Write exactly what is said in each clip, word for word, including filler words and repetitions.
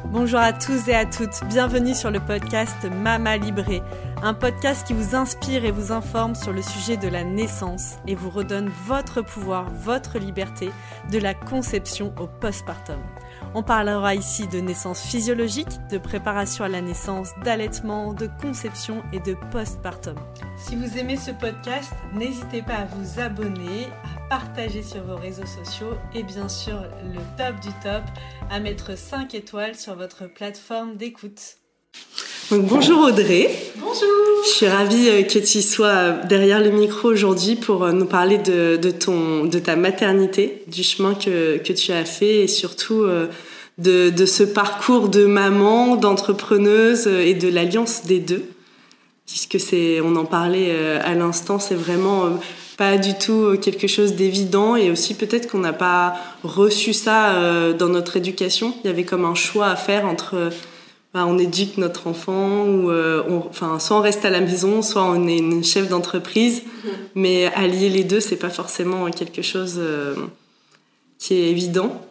Bonjour à tous et à toutes, bienvenue sur le podcast Mama Librée, un podcast qui vous inspire et vous informe sur le sujet de la naissance et vous redonne votre pouvoir, votre liberté, de la conception au postpartum. On parlera ici de naissance physiologique, de préparation à la naissance, d'allaitement, de conception et de postpartum. Si vous aimez ce podcast, n'hésitez pas à vous abonner, à partager sur vos réseaux sociaux et bien sûr, le top du top, à mettre cinq étoiles sur votre plateforme d'écoute. Donc, bonjour Audrey. Bonjour. Je suis ravie que tu sois derrière le micro aujourd'hui pour nous parler de, de, ton, de ta maternité, du chemin que, que tu as fait et surtout de, de ce parcours de maman, d'entrepreneuse et de l'alliance des deux. Puisque c'est, on en parlait à l'instant, c'est vraiment pas du tout quelque chose d'évident et aussi peut-être qu'on n'a pas reçu ça dans notre éducation. Il y avait comme un choix à faire entre... Bah, on éduque notre enfant, ou euh, on, enfin, soit on reste à la maison, soit on est une chef d'entreprise. Mmh. Mais allier les deux, c'est pas forcément quelque chose euh, qui est évident.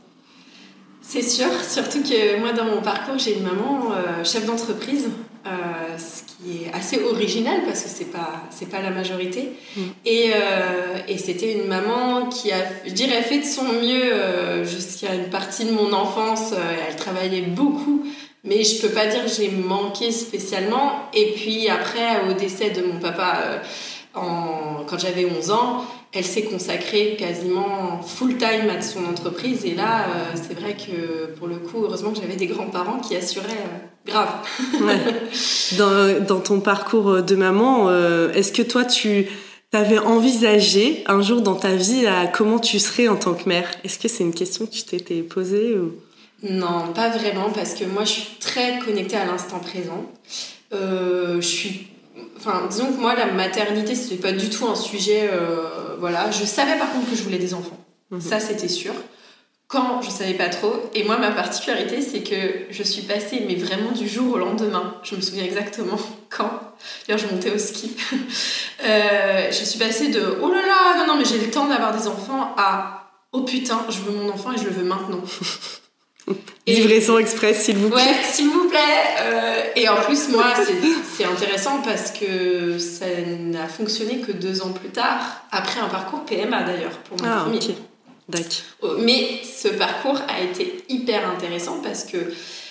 C'est sûr, surtout que moi, dans mon parcours, j'ai une maman euh, chef d'entreprise, euh, ce qui est assez original parce que c'est pas, c'est pas la majorité. Mmh. Et, euh, et c'était une maman qui a, je dirais, fait de son mieux euh, jusqu'à une partie de mon enfance. Euh, elle travaillait beaucoup. Mais je peux pas dire que j'ai manqué spécialement. Et puis après, au décès de mon papa, euh, en, quand j'avais onze ans, elle s'est consacrée quasiment full-time à son entreprise. Et là, euh, c'est vrai que pour le coup, heureusement que j'avais des grands-parents qui assuraient euh, grave. Ouais. Dans, dans ton parcours de maman, euh, est-ce que toi, tu avais envisagé un jour dans ta vie à comment tu serais en tant que mère ? Est-ce que c'est une question que tu t'étais posée ou... Non, pas vraiment, parce que moi, je suis très connectée à l'instant présent. Euh, je suis... Enfin, disons que moi, la maternité, c'était pas du tout un sujet... Euh, voilà. Je savais par contre que je voulais des enfants. Mmh. Ça, c'était sûr. Quand, je savais pas trop. Et moi, ma particularité, c'est que je suis passée, mais vraiment du jour au lendemain. Je me souviens exactement quand. D'ailleurs, je montais au ski. euh, je suis passée de « Oh là là, non, non, mais j'ai le temps d'avoir des enfants » à « Oh putain, je veux mon enfant et je le veux maintenant ». Et livraison express, s'il vous plaît. Ouais, s'il vous plaît. Euh, et en plus, moi, c'est, c'est intéressant parce que ça n'a fonctionné que deux ans plus tard, après un parcours P M A d'ailleurs, pour mon ah, premier. Ok, d'accord. Mais ce parcours a été hyper intéressant parce que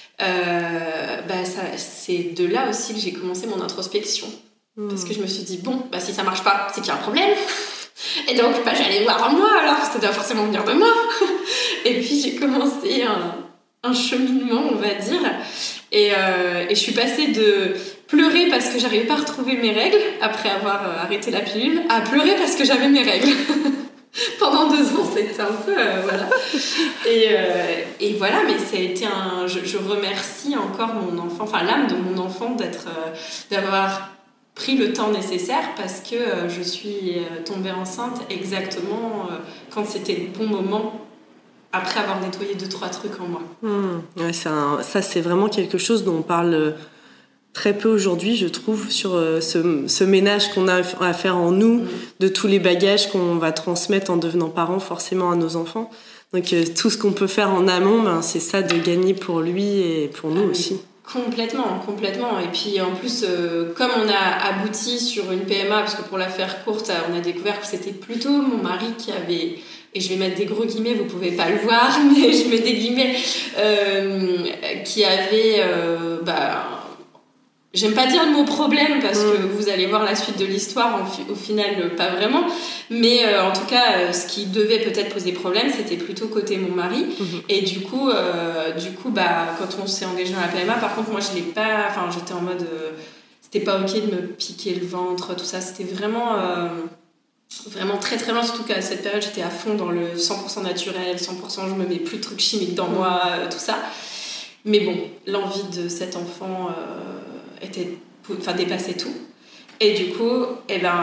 euh, bah, ça, c'est de là aussi que j'ai commencé mon introspection. Mmh. Parce que je me suis dit, bon, bah, si ça marche pas, c'est qu'il y a un problème. Et donc, bah, j'allais voir en moi alors, ça doit forcément venir de moi. Et puis, j'ai commencé un... un cheminement, on va dire, et, euh, et je suis passée de pleurer parce que j'arrivais pas à retrouver mes règles après avoir euh, arrêté la pilule à pleurer parce que j'avais mes règles. Pendant deux ans, c'était un peu euh, voilà. Et, euh, et voilà, mais ça a été un. Je, je remercie encore mon enfant, enfin l'âme de mon enfant d'être, euh, d'avoir pris le temps nécessaire parce que euh, je suis euh, tombée enceinte exactement euh, quand c'était le bon moment. Après avoir nettoyé deux, trois trucs en moi. Mmh. Ouais, c'est un, ça, c'est vraiment quelque chose dont on parle très peu aujourd'hui, je trouve, sur ce, ce ménage qu'on a à faire en nous, mmh. de tous les bagages qu'on va transmettre en devenant parents forcément à nos enfants. Donc, euh, tout ce qu'on peut faire en amont, ben, c'est ça de gagner pour lui et pour nous ah, aussi. Complètement, complètement. Et puis en plus, euh, comme on a abouti sur une P M A, parce que pour la faire courte, on a découvert que c'était plutôt mon mari qui avait... Et je vais mettre des gros guillemets, vous pouvez pas le voir, mais je mets des guillemets euh, qui avait, euh, bah, j'aime pas dire le mot problème parce que vous allez voir la suite de l'histoire, au final pas vraiment, mais euh, en tout cas, euh, ce qui devait peut-être poser problème, c'était plutôt côté mon mari. Mmh. Et du coup, euh, du coup, bah, quand on s'est engagé dans la P M A, par contre, moi, je l'ai pas, enfin, j'étais en mode, euh, c'était pas ok de me piquer le ventre, tout ça, c'était vraiment. Euh, Vraiment très très loin, surtout qu'à cette période j'étais à fond dans le cent pour cent naturel, cent pour cent je me mets plus de trucs chimiques dans moi, euh, tout ça. Mais bon, l'envie de cet enfant euh, était, enfin, dépassait tout. Et du coup, eh ben,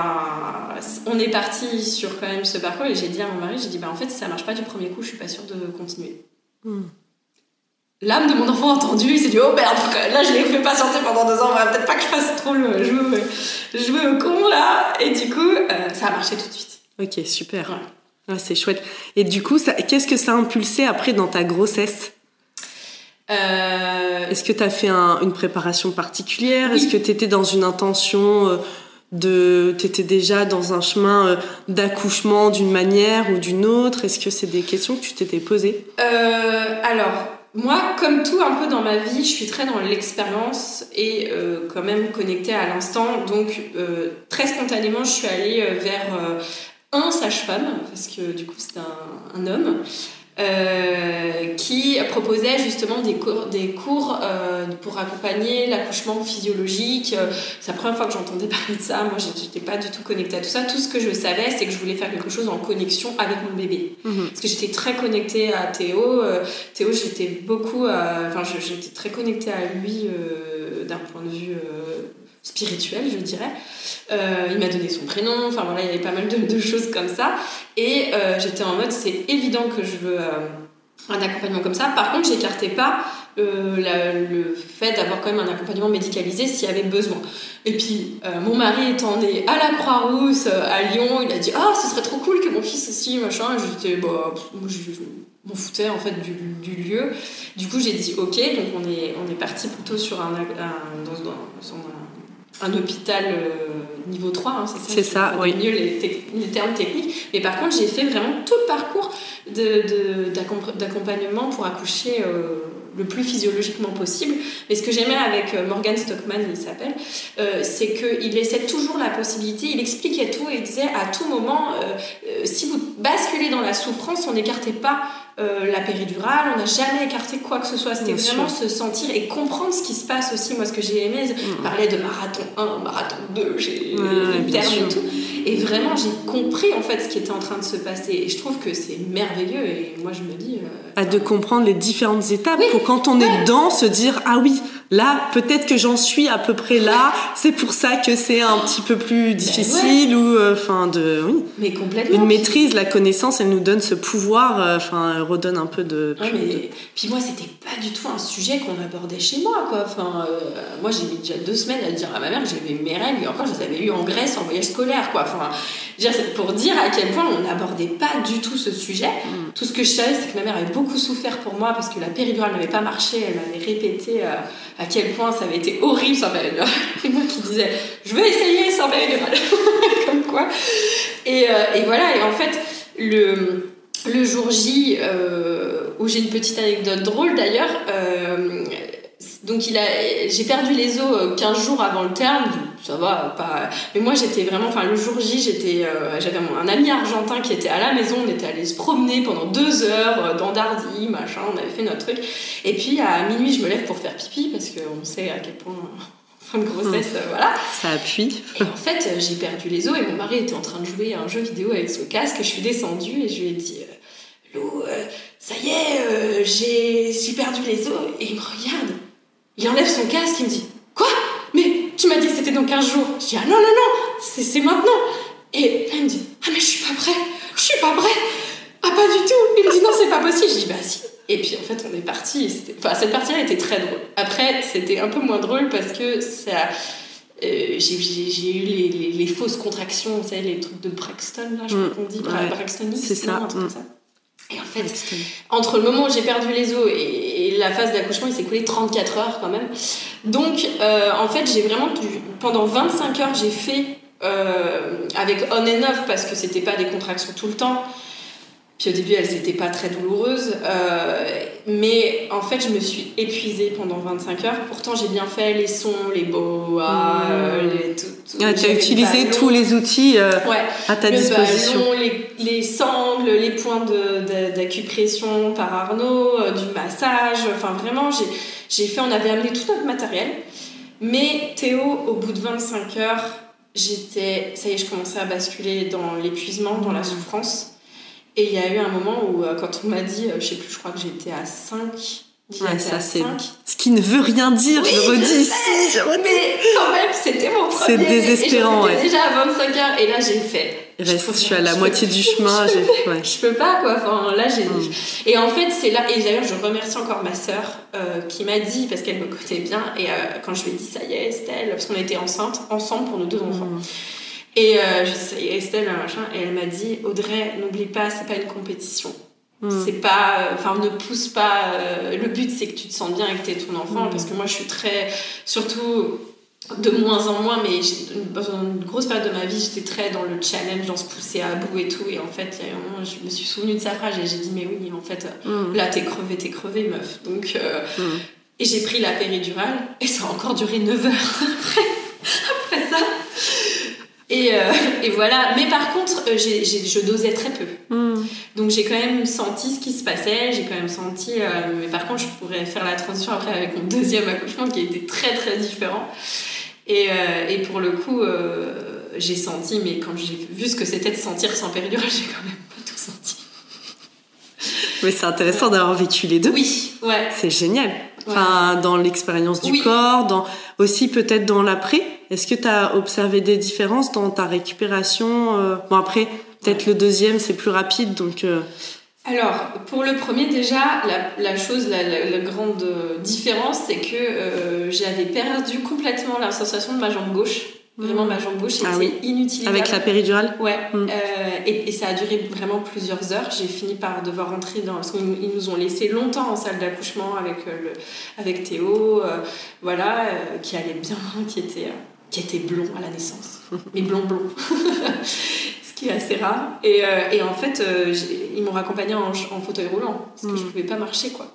on est parti sur quand même ce parcours et j'ai dit à mon mari, j'ai dit bah, en fait si ça marche pas du premier coup, je suis pas sûre de continuer. Mm. L'âme de mon enfant a entendu, il s'est dit oh merde, là je l'ai fait patienter pendant deux ans, va peut-être pas que je fasse trop le jouer, jouer au con là. Et du coup, euh, ça a marché tout de suite. Ok, super. Ouais. Ouais, c'est chouette. Et du coup, ça, qu'est-ce que ça a impulsé après dans ta grossesse ? euh, Est-ce que tu as fait un, une préparation particulière ? Oui. Est-ce que tu étais dans une intention euh, de... Tu étais déjà dans un chemin euh, d'accouchement d'une manière ou d'une autre ? Est-ce que c'est des questions que tu t'étais posées ? euh, Alors, moi, comme tout un peu dans ma vie, je suis très dans l'expérience et euh, quand même connectée à l'instant. Donc, euh, très spontanément, je suis allée vers euh, un sage-femme, parce que du coup, c'était un, un homme. Euh, qui proposait justement des cours, des cours euh, pour accompagner l'accouchement physiologique. Euh, c'est la première fois que j'entendais parler de ça. Moi, j'étais pas du tout connectée à tout ça. Tout ce que je savais, c'est que je voulais faire quelque chose en connexion avec mon bébé. Mmh. Parce que j'étais très connectée à Théo. Euh, Théo, j'étais beaucoup... Enfin, euh, j'étais très connectée à lui euh, d'un point de vue... Euh, spirituel, je dirais. Euh, il m'a donné son prénom, enfin voilà, il y avait pas mal de, de choses comme ça. Et euh, j'étais en mode, c'est évident que je veux euh, un accompagnement comme ça. Par contre, j'écartais pas euh, la, le fait d'avoir quand même un accompagnement médicalisé s'il y avait besoin. Et puis, euh, mon mari étant né à la Croix-Rousse, à Lyon, il a dit « Ah, ce serait trop cool que mon fils aussi, machin. » Et j'étais, bah, moi, je, je m'en foutais en fait du, du lieu. Du coup, j'ai dit « Ok », donc on est, on est parti plutôt sur un, un, dans, dans, dans un un hôpital euh, niveau trois, hein, c'est ça, c'est ça, oui. Mieux les, te- les termes techniques. Mais par contre, j'ai fait vraiment tout le parcours de, de, d'accomp- d'accompagnement pour accoucher euh, le plus physiologiquement possible. Mais ce que j'aimais avec euh, Morgan Stockman, il s'appelle, euh, c'est qu'il laissait toujours la possibilité, il expliquait tout et il disait à tout moment, euh, euh, si vous basculez dans la souffrance, on n'écartait pas Euh, la péridurale, on n'a jamais écarté quoi que ce soit, c'était Bien vraiment sûr. Se sentir et comprendre ce qui se passe aussi. Moi, ce que j'ai aimé, mmh. parler de marathon un, marathon deux, j'ai ouais, les termes et tout, et vraiment j'ai compris en fait ce qui était en train de se passer, et je trouve que c'est merveilleux. Et moi je me dis euh, à de comprendre les différentes étapes oui. pour quand on est ouais. dedans se dire ah oui, là peut-être que j'en suis à peu près là, c'est pour ça que c'est un petit peu plus difficile, ben ouais. ou enfin euh, de oui. mais complètement. Une maîtrise, la connaissance, elle nous donne ce pouvoir, enfin euh, redonne un peu de... Ouais, mais... de... Puis moi, c'était pas du tout un sujet qu'on abordait chez moi, quoi. Enfin, euh, moi, j'ai mis déjà deux semaines à dire à ma mère que j'avais mes règles, et encore, je les avais eues en Grèce en voyage scolaire, quoi. Enfin, pour dire à quel point on n'abordait pas du tout ce sujet. Mm. Tout ce que je savais, c'est que ma mère avait beaucoup souffert pour moi, parce que la péridurale n'avait pas marché. Elle m'avait répété euh, à quel point ça avait été horrible sans péridurale. Et moi qui disais, je veux essayer sans péridurale. Comme quoi. Et, euh, et voilà, et en fait, le... Le jour J, euh, où j'ai une petite anecdote drôle d'ailleurs, euh, donc il a, j'ai perdu les os quinze jours avant le terme, ça va, pas, mais moi j'étais vraiment, enfin le jour J, j'étais, euh, j'avais un ami argentin qui était à la maison, on était allés se promener pendant deux heures dans Dardy, machin, on avait fait notre truc, et puis à minuit je me lève pour faire pipi, parce qu'on sait à quel point... fin de grossesse, mmh. euh, voilà. Ça appuie. Et en fait, j'ai perdu les os et mon mari était en train de jouer à un jeu vidéo avec son casque. Je suis descendue et je lui ai dit euh, Lou, euh, ça y est, euh, j'ai, j'ai perdu les os. Et il me regarde, il enlève son casque, il me dit quoi ? Mais tu m'as dit que c'était dans quinze jours. Je dis ah non, non, non, c'est, c'est maintenant. Et là, il me dit ah, mais je suis pas prêt, je suis pas prêt. Ah, pas du tout. Il me dit non, c'est pas possible. Je dis bah si. Et puis en fait on est parti. Enfin, cette partie-là était très drôle. Après c'était un peu moins drôle parce que ça, euh, j'ai, j'ai, j'ai eu les, les, les fausses contractions, vous savez, les trucs de Braxton là, je crois mmh, qu'on dit ouais, Braxtonie, c'est ça. Un truc mmh. comme ça. Et en fait, Braxton. Entre le moment où j'ai perdu les os et, et la phase d'accouchement, il s'est écoulé trente-quatre heures quand même. Donc euh, en fait j'ai vraiment pendant vingt-cinq heures j'ai fait euh, avec on and off parce que c'était pas des contractions tout le temps. Puis au début, elles n'étaient pas très douloureuses. Euh, mais en fait, je me suis épuisée pendant vingt-cinq heures. Pourtant, j'ai bien fait les sons, les boas, mmh. les tout. tout ah, tu as utilisé tous les outils euh, ouais. à ta le disposition. Ballon, les, les sangles, les points de, de, d'acupression par Arnaud, euh, du massage. Enfin, vraiment, j'ai, j'ai fait, on avait amené tout notre matériel. Mais Théo, au bout de vingt-cinq heures, j'étais, ça y est, je commençais à basculer dans l'épuisement, dans la souffrance. Et il y a eu un moment où, euh, quand on m'a dit, euh, je sais plus, je crois que j'étais à cinq. Ouais, ça, c'est cinq. Ce qui ne veut rien dire, oui, je redis ici. Mais quand même, c'était mon premier. C'est désespérant, et j'étais ouais. déjà à vingt-cinq heures, et là, j'ai fait. Reste, je, je suis à la moitié du chemin. Je, j'ai, ouais. je peux pas, quoi. Enfin, là, j'ai. Mm. Et en fait, c'est là. Et d'ailleurs, je remercie encore ma sœur euh, qui m'a dit, parce qu'elle me connaît bien, et euh, quand je lui ai dit, ça y est, Estelle, parce qu'on était enceinte, ensemble pour nos deux enfants. Mm. Et euh, je sais, Estelle, machin, et elle m'a dit Audrey, n'oublie pas, c'est pas une compétition. Mmh. C'est pas, enfin, ne pousse pas. Euh, le but, c'est que tu te sens bien et que t'aies ton enfant, mmh. parce que moi, je suis très, surtout de moins en moins, mais j'ai, dans une grosse période de ma vie, j'étais très dans le challenge, dans se pousser à bout et tout. Et en fait, il y a un moment, je me suis souvenue de sa phrase et j'ai dit, mais oui, en fait, mmh. là, t'es crevée, t'es crevée, meuf. Donc, euh, mmh. et j'ai pris la péridurale et ça a encore duré neuf heures après, après ça. Et, euh, et voilà. Mais par contre, euh, j'ai, j'ai, je dosais très peu. Mm. Donc j'ai quand même senti ce qui se passait. J'ai quand même senti... Euh, mais par contre, je pourrais faire la transition après avec mon deuxième accouchement qui a été très, très différent. Et, euh, et pour le coup, euh, j'ai senti... Mais quand j'ai vu ce que c'était de sentir sans péridurale, j'ai quand même pas tout senti. Mais c'est intéressant d'avoir vécu les deux. Oui, ouais. C'est génial. Ouais. Enfin, dans l'expérience du oui. corps, dans, aussi peut-être dans l'après. Est-ce que tu as observé des différences dans ta récupération euh... Bon, après, peut-être ouais. le deuxième, c'est plus rapide, donc... Euh... Alors, pour le premier, déjà, la, la chose, la, la, la grande différence, c'est que euh, j'avais perdu complètement la sensation de ma jambe gauche. Vraiment, ma jambe gauche était ah oui. inutilisable. Avec la péridurale ? Ouais. Mm. Euh, et, et ça a duré vraiment plusieurs heures. J'ai fini par devoir rentrer dans... Parce qu'ils nous ont laissé longtemps en salle d'accouchement avec, euh, le, avec Théo, euh, voilà, euh, qui allait bien, qui était, euh, qui était blond à la naissance. Mais blond, blond. Ce qui est assez rare. Et, euh, et en fait, euh, ils m'ont raccompagnée en, en fauteuil roulant, parce que mm. je ne pouvais pas marcher, quoi.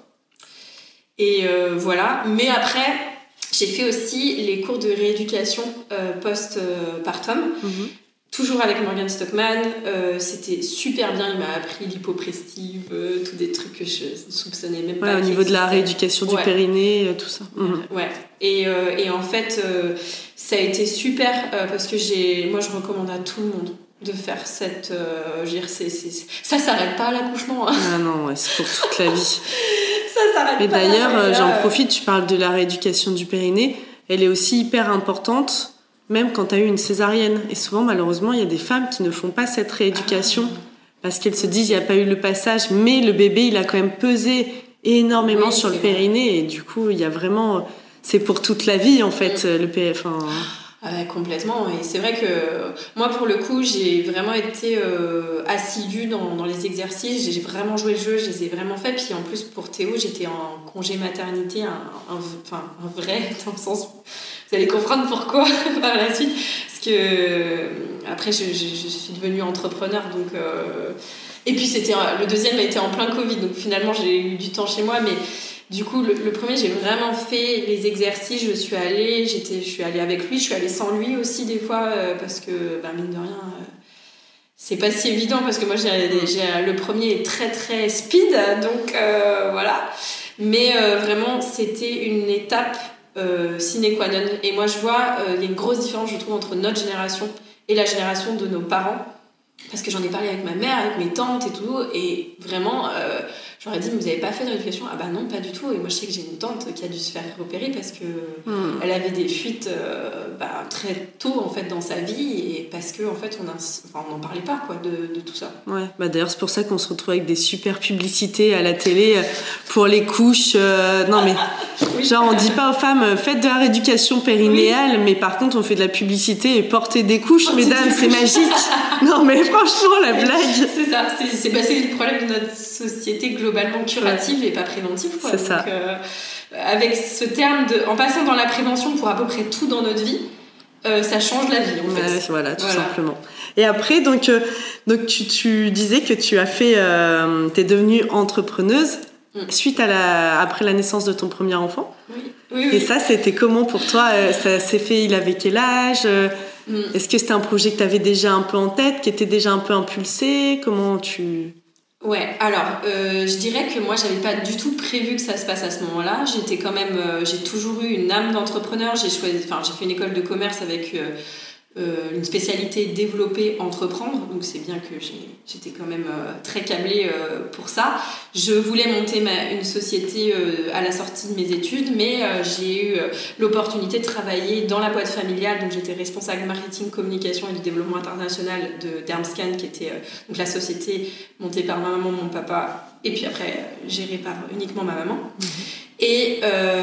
Et euh, voilà. Mais après... J'ai fait aussi les cours de rééducation euh, post-partum, mm-hmm. toujours avec Morgan Stockman. Euh, c'était super bien, il m'a appris l'hypoprestive, euh, tous des trucs que je soupçonnais même ouais, pas. Au niveau de la rééducation ouais. du périnée, tout ça. Mm-hmm. Ouais, et, euh, et en fait, euh, ça a été super euh, parce que j'ai, moi je recommande à tout le monde de faire cette... Euh, je veux dire, c'est, c'est, ça s'arrête pas à l'accouchement. Hein. Ah non, ouais, c'est pour toute la vie. Ça s'arrête Mais pas. Et d'ailleurs, là, j'en profite, tu parles de la rééducation du périnée. Elle est aussi hyper importante, même quand tu as eu une césarienne. Et souvent, malheureusement, il y a des femmes qui ne font pas cette rééducation ah. parce qu'elles se disent qu'il n'y a pas eu le passage, mais le bébé, il a quand même pesé énormément oui, sur le périnée. Vrai. Et du coup, il y a vraiment... C'est pour toute la vie, en fait, mmh. le P F. Enfin... Ah ouais, complètement. Et c'est vrai que moi, pour le coup, j'ai vraiment été euh, assidue dans, dans les exercices. J'ai vraiment joué le jeu, je les ai vraiment faits. Puis en plus, pour Théo, j'étais en congé maternité, un, un, enfin, un vrai, dans le sens... Vous allez comprendre pourquoi par la suite. Parce que après, je, je, je suis devenue entrepreneur. Donc, euh... Et puis, c'était, le deuxième a été en plein Covid. Donc finalement, j'ai eu du temps chez moi. Mais... Du coup, le, le premier, j'ai vraiment fait les exercices. Je suis allée, j'étais, je suis allée avec lui, je suis allée sans lui aussi des fois euh, parce que, ben, mine de rien, euh, c'est pas si évident parce que moi, j'ai, j'ai, le premier est très très speed, donc euh, voilà. Mais euh, vraiment, c'était une étape euh, sine qua non. Et moi, je vois, il euh, y a une grosse différence, je trouve, entre notre génération et la génération de nos parents. Parce que j'en ai parlé avec ma mère, avec mes tantes et tout, et vraiment, euh, j'aurais dit, mais vous n'avez pas fait de rééducation ? Ah bah non, pas du tout. Et moi, je sais que j'ai une tante qui a dû se faire opérer parce que mmh. elle avait des fuites euh, bah, très tôt en fait dans sa vie, et parce que en fait, on enfin, on n'en parlait pas quoi de, de tout ça. Ouais. Bah d'ailleurs, c'est pour ça qu'on se retrouve avec des super publicités à la télé pour les couches. Euh, non mais oui. Genre, on dit pas aux femmes faites de la rééducation périnéale, oui. mais par contre, on fait de la publicité et portez des couches, portez mesdames, des c'est couches. Magique. Non mais franchement, la blague. C'est ça, c'est, c'est, bah, c'est le problème de notre société globalement curative ouais. et pas préventive. Quoi. C'est Donc, ça. Euh, avec ce terme, de, en passant dans la prévention pour à peu près tout dans notre vie, euh, ça change la vie en fait. Ouais, voilà, tout voilà. simplement. Et après, donc, euh, donc tu, tu disais que tu as fait, euh, t'es devenue entrepreneuse mm. suite à la, après la naissance de ton premier enfant. Oui. Oui, oui. Et ça, c'était comment pour toi ? Ça s'est fait, il avait quel âge ? Mm. Est-ce que c'était un projet que tu avais déjà un peu en tête, qui était déjà un peu impulsé ? Comment tu... Ouais, alors euh, je dirais que moi j'avais pas du tout prévu que ça se passe à ce moment-là. J'étais quand même, euh, j'ai toujours eu une âme d'entrepreneur. J'ai choisi, enfin j'ai fait une école de commerce avec euh, euh, une spécialité développer, entreprendre. Donc c'est bien que j'ai, j'étais quand même euh, très câblée euh, pour ça. Je voulais monter ma, une société euh, à la sortie de mes études, mais euh, j'ai eu euh, l'opportunité de travailler dans la boîte familiale. Donc j'étais responsable marketing, communication et du développement international de Dermscan, qui était euh, donc la société montée par ma maman, mon papa, et puis après euh, gérée par uniquement ma maman. Mmh. Et euh, donc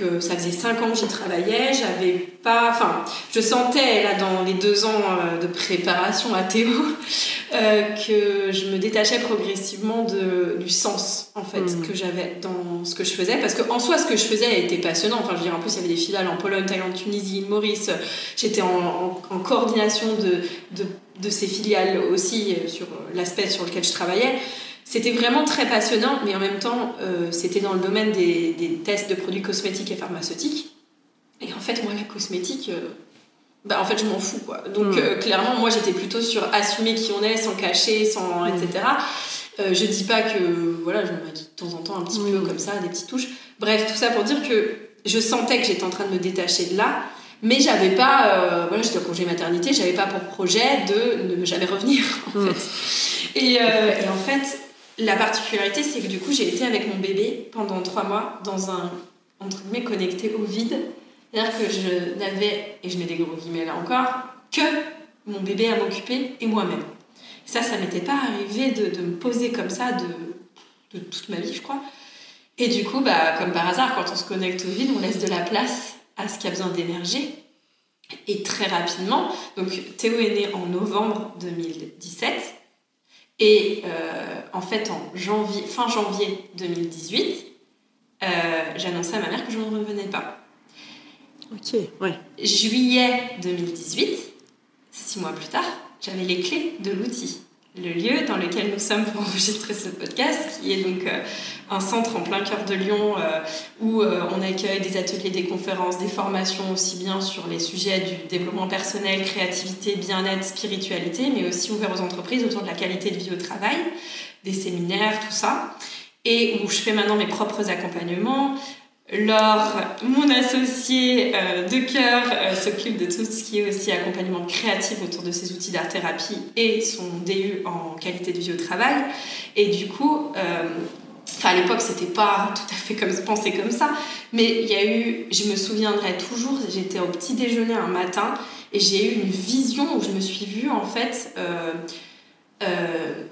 euh, ça faisait cinq ans que j'y travaillais, j'avais pas, enfin, je sentais là dans les deux ans euh, de préparation à Théo euh, que je me détachais progressivement de, du sens en fait mmh. que j'avais dans ce que je faisais, parce que en soi ce que je faisais était passionnant. Enfin, je veux dire, en plus il y avait des filiales en Pologne, Thaïlande, Tunisie, île Maurice. J'étais en, en, en coordination de, de de ces filiales aussi sur l'aspect sur lequel je travaillais. C'était vraiment très passionnant, mais en même temps, euh, c'était dans le domaine des, des tests de produits cosmétiques et pharmaceutiques. Et en fait, moi, la cosmétique, euh, bah, en fait, je m'en fous, quoi. Donc, mmh. euh, clairement, moi, j'étais plutôt sur assumer qui on est, sans cacher, sans, mmh. et cetera. Euh, je dis pas que, voilà, je me maquille de temps en temps un petit mmh. peu comme ça, des petites touches. Bref, tout ça pour dire que je sentais que j'étais en train de me détacher de là, mais j'avais pas, euh, voilà, j'étais en congé maternité, j'avais pas pour projet de ne jamais revenir, en mmh. fait. Et, euh, et en fait, la particularité, c'est que du coup, j'ai été avec mon bébé pendant trois mois dans un, entre guillemets, connecté au vide. C'est-à-dire que je n'avais, et je mets des gros guillemets là encore, que mon bébé à m'occuper et moi-même. Ça, ça m'était pas arrivé de, de me poser comme ça de, de toute ma vie, je crois. Et du coup, bah, comme par hasard, quand on se connecte au vide, on laisse de la place à ce qui a besoin d'émerger. Et très rapidement, donc Théo est né en novembre deux mille dix-sept. Et euh, en fait, en janvier, fin janvier deux mille dix-huit, euh, j'annonçais à ma mère que je ne revenais pas. Ok, ouais. Juillet deux mille dix-huit, six mois plus tard, j'avais les clés de l'outil. Le lieu dans lequel nous sommes pour enregistrer ce podcast, qui est donc euh, un centre en plein cœur de Lyon euh, où euh, on accueille des ateliers, des conférences, des formations aussi bien sur les sujets du développement personnel, créativité, bien-être, spiritualité, mais aussi ouvert aux entreprises autour de la qualité de vie au travail, des séminaires, tout ça, et où je fais maintenant mes propres accompagnements. Laure, mon associée euh, de cœur, euh, s'occupe de tout ce qui est aussi accompagnement créatif autour de ses outils d'art-thérapie et son D U en qualité de vie au travail. Et du coup, euh, à l'époque, c'était pas tout à fait comme, pensé comme ça, mais il y a eu, je me souviendrai toujours, j'étais au petit déjeuner un matin et j'ai eu une vision où je me suis vue en fait... Euh, euh,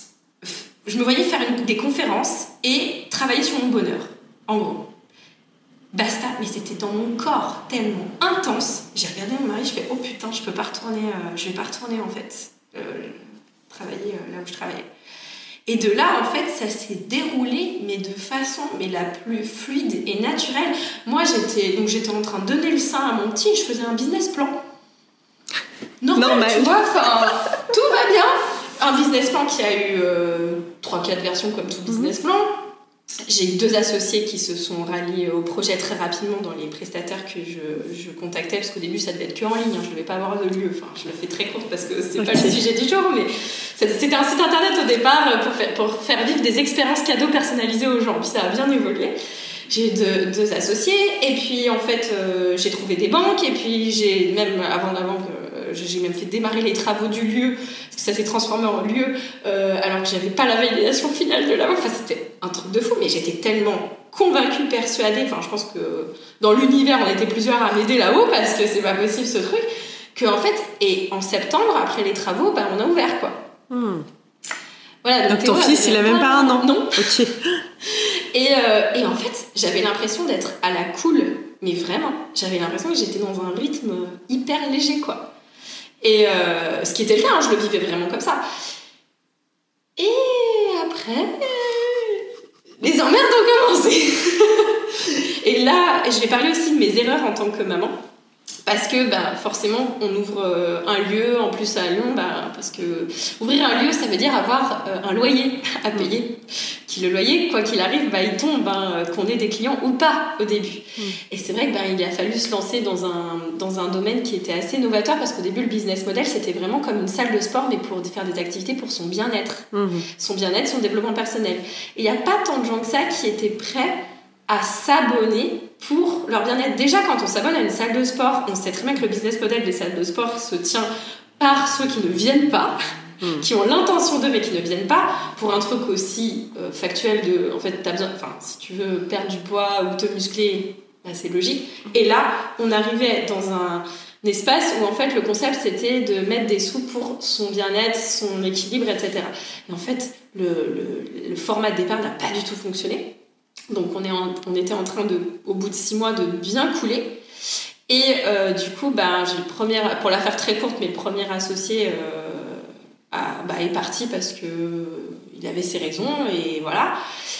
je me voyais faire une, des conférences et travailler sur mon bonheur, en gros. Basta, mais c'était dans mon corps tellement intense. J'ai regardé mon mari, je fais oh putain, je peux pas retourner, euh, je vais pas retourner en fait euh, travailler euh, là où je travaillais. Et de là en fait, ça s'est déroulé, mais de façon mais la plus fluide et naturelle. Moi j'étais donc j'étais en train de donner le sein à mon petit, et je faisais un business plan. Normal, Normal. Tu vois, enfin tout va bien. Un business plan qui a eu euh, trois quatre versions comme tout business plan. J'ai eu deux associés qui se sont ralliés au projet très rapidement dans les prestataires que je, je contactais, parce qu'au début ça devait être que en ligne, hein, je ne devais pas avoir de lieu, enfin je le fais très court parce que c'est okay. pas le sujet du jour, mais c'était un site internet au départ pour faire, pour faire vivre des expériences cadeaux personnalisées aux gens, puis ça a bien évolué. J'ai eu deux, deux associés, et puis en fait euh, j'ai trouvé des banques, et puis j'ai même, avant la banque, euh, j'ai même fait démarrer les travaux du lieu, parce que ça s'est transformé en lieu, euh, alors que j'avais pas la validation finale de la banque. Enfin c'était un truc de fou, mais j'étais tellement convaincue, persuadée, enfin je pense que dans l'univers on était plusieurs à m'aider là-haut, parce que c'est pas possible ce truc, que en fait, et en septembre, après les travaux, bah, on a ouvert quoi. Hmm. Voilà, donc, donc ton fils il a même pas un an. Non. Ok. Et, euh, et en fait, j'avais l'impression d'être à la cool, mais vraiment, j'avais l'impression que j'étais dans un rythme hyper léger, quoi. Et euh, ce qui était le cas, hein, je le vivais vraiment comme ça. Et après, les emmerdes ont commencé. Et là, je vais parler aussi de mes erreurs en tant que maman. Parce que bah, forcément, on ouvre euh, un lieu, en plus à Lyon, bah, parce que ouvrir un lieu, ça veut dire avoir euh, un loyer à payer. Qui le loyer, quoi qu'il arrive, bah, il tombe, hein, qu'on ait des clients ou pas au début. Mm. Et c'est vrai qu'il bah, a fallu se lancer dans un, dans un domaine qui était assez novateur, parce qu'au début, le business model, c'était vraiment comme une salle de sport, mais pour faire des activités pour son bien-être. Mm. Son bien-être, son développement personnel. Et il n'y a pas tant de gens que ça qui étaient prêts à s'abonner pour leur bien-être. Déjà, quand on s'abonne à une salle de sport, on sait très bien que le business model des salles de sport se tient par ceux qui ne viennent pas, mmh. qui ont l'intention d'eux mais qui ne viennent pas, pour un truc aussi euh, factuel de, en fait, t'as besoin, enfin, si tu veux perdre du poids ou te muscler, bah, c'est logique. Et là, on arrivait dans un, un espace où en fait le concept c'était de mettre des sous pour son bien-être, son équilibre, et cetera. Et en fait, le, le, le format de départ n'a pas du tout fonctionné. Donc on, est en, on était en train de, au bout de six mois, de bien couler. Et euh, du coup, bah, j'ai le premier, pour la faire très courte, mais le premier associé euh, a, bah, est parti parce qu'il avait ses raisons, et voilà.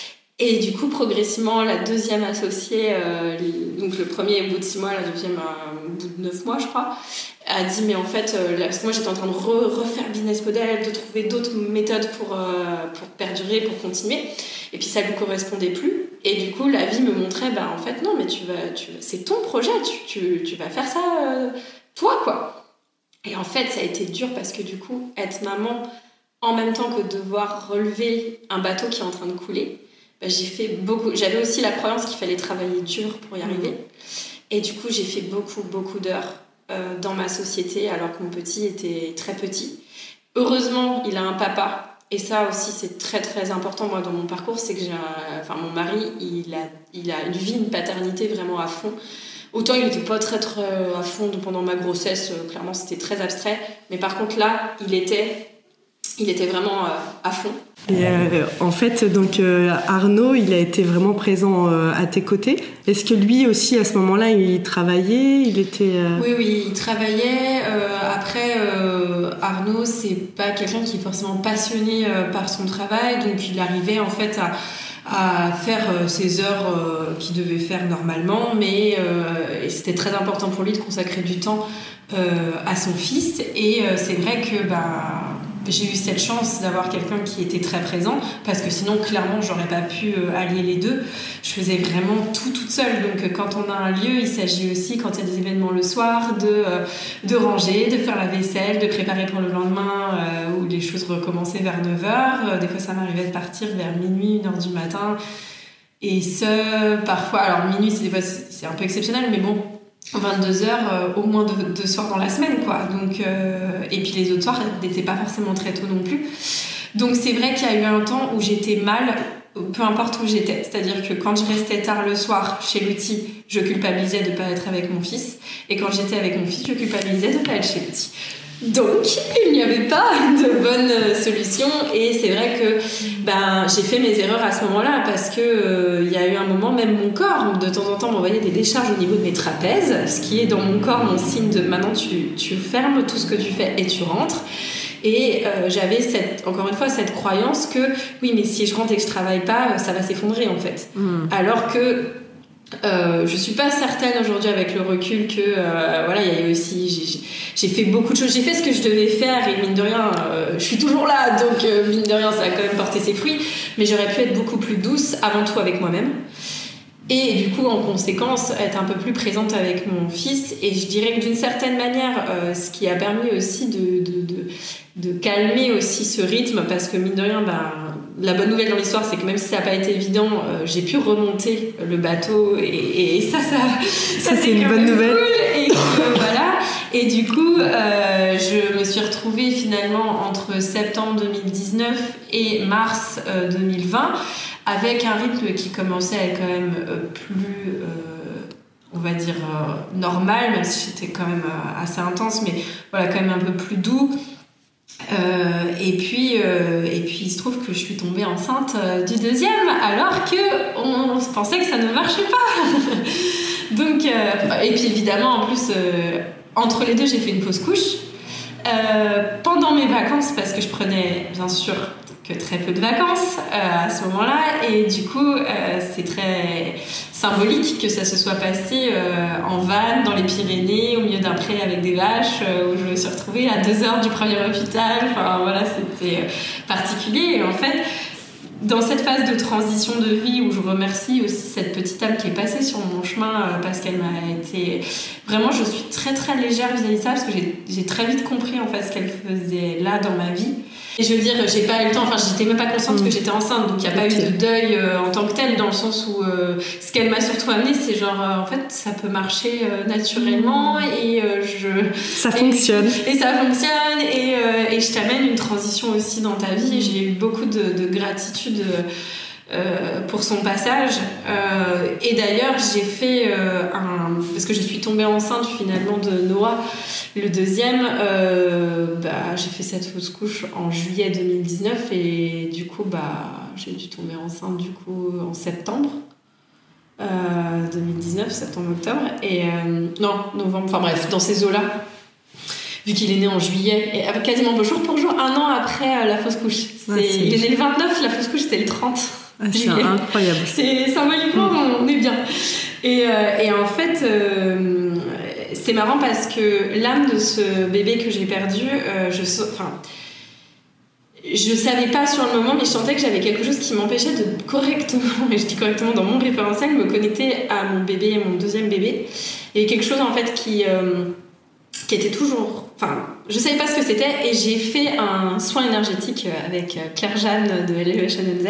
Et du coup, progressivement, la deuxième associée, euh, donc le premier au bout de six mois, la deuxième euh, au bout de neuf mois, je crois, a dit, mais en fait, euh, là, parce que moi j'étais en train de re, refaire business model, de trouver d'autres méthodes pour, euh, pour perdurer, pour continuer, et puis ça ne lui correspondait plus. Et du coup, la vie me montrait, bah, en fait, non, mais tu vas, tu, c'est ton projet, tu, tu, tu vas faire ça euh, toi, quoi. Et en fait, ça a été dur parce que du coup, être maman, en même temps que devoir relever un bateau qui est en train de couler, bah, j'ai fait beaucoup. J'avais aussi la croyance qu'il fallait travailler dur pour y arriver. Et du coup, j'ai fait beaucoup, beaucoup d'heures euh, dans ma société alors que mon petit était très petit. Heureusement, il a un papa. Et ça aussi, c'est très, très important, moi, dans mon parcours. C'est que j'ai un... enfin, mon mari, il a, il a une vie, une paternité vraiment à fond. Autant il n'était pas très, très à fond pendant ma grossesse. Clairement, c'était très abstrait. Mais par contre, là, il était... Il était vraiment euh, à fond. Et euh, en fait, donc euh, Arnaud, il a été vraiment présent euh, à tes côtés. Est-ce que lui aussi, à ce moment-là, il travaillait, il était euh... Oui, oui, il travaillait. Euh, après, euh, Arnaud, c'est pas quelqu'un qui est forcément passionné euh, par son travail, donc il arrivait en fait à à faire euh, ses heures euh, qu'il devait faire normalement, mais euh, et c'était très important pour lui de consacrer du temps euh, à son fils. Et euh, c'est vrai que bah j'ai eu cette chance d'avoir quelqu'un qui était très présent, parce que sinon clairement j'aurais pas pu allier les deux. Je faisais vraiment tout toute seule. Donc quand on a un lieu, il s'agit aussi, quand il y a des événements le soir, de, de ranger, de faire la vaisselle, de préparer pour le lendemain euh, où les choses recommençaient vers neuf heures. Des fois ça m'arrivait de partir vers minuit, une heure du matin, et ce parfois, alors minuit c'est, des fois, c'est un peu exceptionnel, mais bon, vingt-deux heures euh, au moins deux, deux soirs dans la semaine, quoi. Donc, euh, et puis les autres soirs n'étaient pas forcément très tôt non plus. Donc c'est vrai qu'il y a eu un temps où j'étais mal, peu importe où j'étais. C'est-à-dire que quand je restais tard le soir chez l'outil, je culpabilisais de ne pas être avec mon fils, et quand j'étais avec mon fils, je culpabilisais de ne pas être chez l'outil. Donc, il n'y avait pas de bonne solution, et c'est vrai que ben, j'ai fait mes erreurs à ce moment-là, parce qu'il euh, y a eu un moment, même mon corps, de temps en temps, m'envoyait des décharges au niveau de mes trapèzes, ce qui est dans mon corps mon signe de maintenant tu, tu fermes tout ce que tu fais et tu rentres. Et euh, j'avais cette, encore une fois cette croyance que oui, mais si je rentre et que je travaille pas, ça va s'effondrer en fait. Mmh. Alors que Euh, je suis pas certaine aujourd'hui avec le recul que euh, voilà, il y a eu aussi j'ai, j'ai fait beaucoup de choses, j'ai fait ce que je devais faire, et mine de rien euh, je suis toujours là, donc euh, mine de rien ça a quand même porté ses fruits, mais j'aurais pu être beaucoup plus douce avant tout avec moi-même, et du coup en conséquence être un peu plus présente avec mon fils. Et je dirais que d'une certaine manière euh, ce qui a permis aussi de, de, de, de calmer aussi ce rythme, parce que mine de rien ben, la bonne nouvelle dans l'histoire, c'est que même si ça n'a pas été évident, euh, j'ai pu remonter le bateau, et, et ça, ça, ça, ça c'est une bonne nouvelle. Cool. Et, euh, voilà. Et du coup, euh, je me suis retrouvée finalement entre septembre deux mille dix-neuf et mars euh, deux mille vingt avec un rythme qui commençait à être quand même euh, plus, euh, on va dire, euh, normal, même si j'étais quand même euh, assez intense, mais voilà, quand même un peu plus doux. Euh, et puis euh, et puis il se trouve que je suis tombée enceinte euh, du deuxième, alors que on pensait que ça ne marchait pas. Donc euh, et puis évidemment en plus euh, entre les deux j'ai fait une fausse couche euh, pendant mes vacances, parce que je prenais bien sûr que très peu de vacances euh, à ce moment-là, et du coup euh, c'est très symbolique que ça se soit passé euh, en van dans les Pyrénées au milieu d'un pré avec des vaches, euh, où je me suis retrouvée à deux heures du premier hôpital. Enfin voilà, c'était euh, particulier. Et en fait, dans cette phase de transition de vie, où je remercie aussi cette petite âme qui est passée sur mon chemin, euh, parce qu'elle m'a été vraiment, je suis très très légère vis-à-vis de ça, parce que j'ai, j'ai très vite compris en fait ce qu'elle faisait là dans ma vie. Et je veux dire, j'ai pas eu le temps, enfin j'étais même pas consciente mmh. que j'étais enceinte, donc il n'y a pas okay. eu de deuil euh, en tant que tel, dans le sens où euh, ce qu'elle m'a surtout amené, c'est genre euh, en fait ça peut marcher euh, naturellement, et euh, je ça fonctionne et, et ça fonctionne et, euh, et je t'amène une transition aussi dans ta vie, et j'ai eu beaucoup de, de gratitude euh, pour son passage, euh, et d'ailleurs j'ai fait euh, un, parce que je suis tombée enceinte finalement de Noah, le deuxième, euh, bah, j'ai fait cette fausse couche en juillet deux mille dix-neuf, et du coup bah, j'ai dû tomber enceinte du coup en septembre euh, deux mille dix-neuf, septembre-octobre. Et euh, non, novembre, enfin bref, dans ces eaux-là. Vu qu'il est né en juillet, et quasiment jour pour jour, un an après euh, la fausse couche. C'est, ouais, c'est... Il est né le vingt-neuf, la fausse couche c'était le trente. Ah, c'est juillet. Incroyable. C'est symboliquement, mmh. on est bien. Et, euh, et en fait, euh, c'est marrant parce que l'âme de ce bébé que j'ai perdu, euh, je, enfin, je savais pas sur le moment, mais je sentais que j'avais quelque chose qui m'empêchait de correctement, et je dis correctement dans mon référentiel, me connecter à mon bébé, mon deuxième bébé. Et quelque chose en fait qui... Euh, qui était toujours... Enfin, je savais pas ce que c'était et j'ai fait un soin énergétique avec Claire-Jeanne de L E H N M Z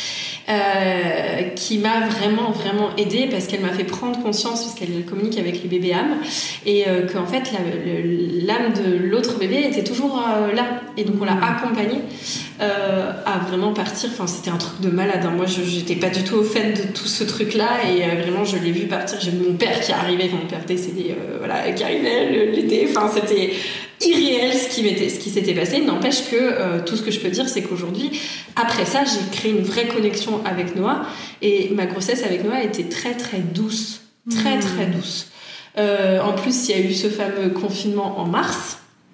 euh, qui m'a vraiment, vraiment aidée parce qu'elle m'a fait prendre conscience, parce qu'elle communique avec les bébés âmes, et euh, qu'en fait, la, le, l'âme de l'autre bébé était toujours euh, là. Et donc, on l'a accompagnée euh, à vraiment partir. Enfin, c'était un truc de malade. Hein. Moi, je j'étais pas du tout au fait de tout ce truc-là et euh, vraiment, je l'ai vu partir. J'ai mon père qui arrivait, enfin, mon père décédé, euh, voilà, qui arrivait l'été. Enfin, c'était irréel ce qui, m'était, ce qui s'était passé. N'empêche que euh, tout ce que je peux dire, c'est qu'aujourd'hui, après ça, j'ai créé une vraie connexion avec Noah et ma grossesse avec Noah était très très douce, très mmh. très douce. Euh, en plus, il y a eu ce fameux confinement en mars,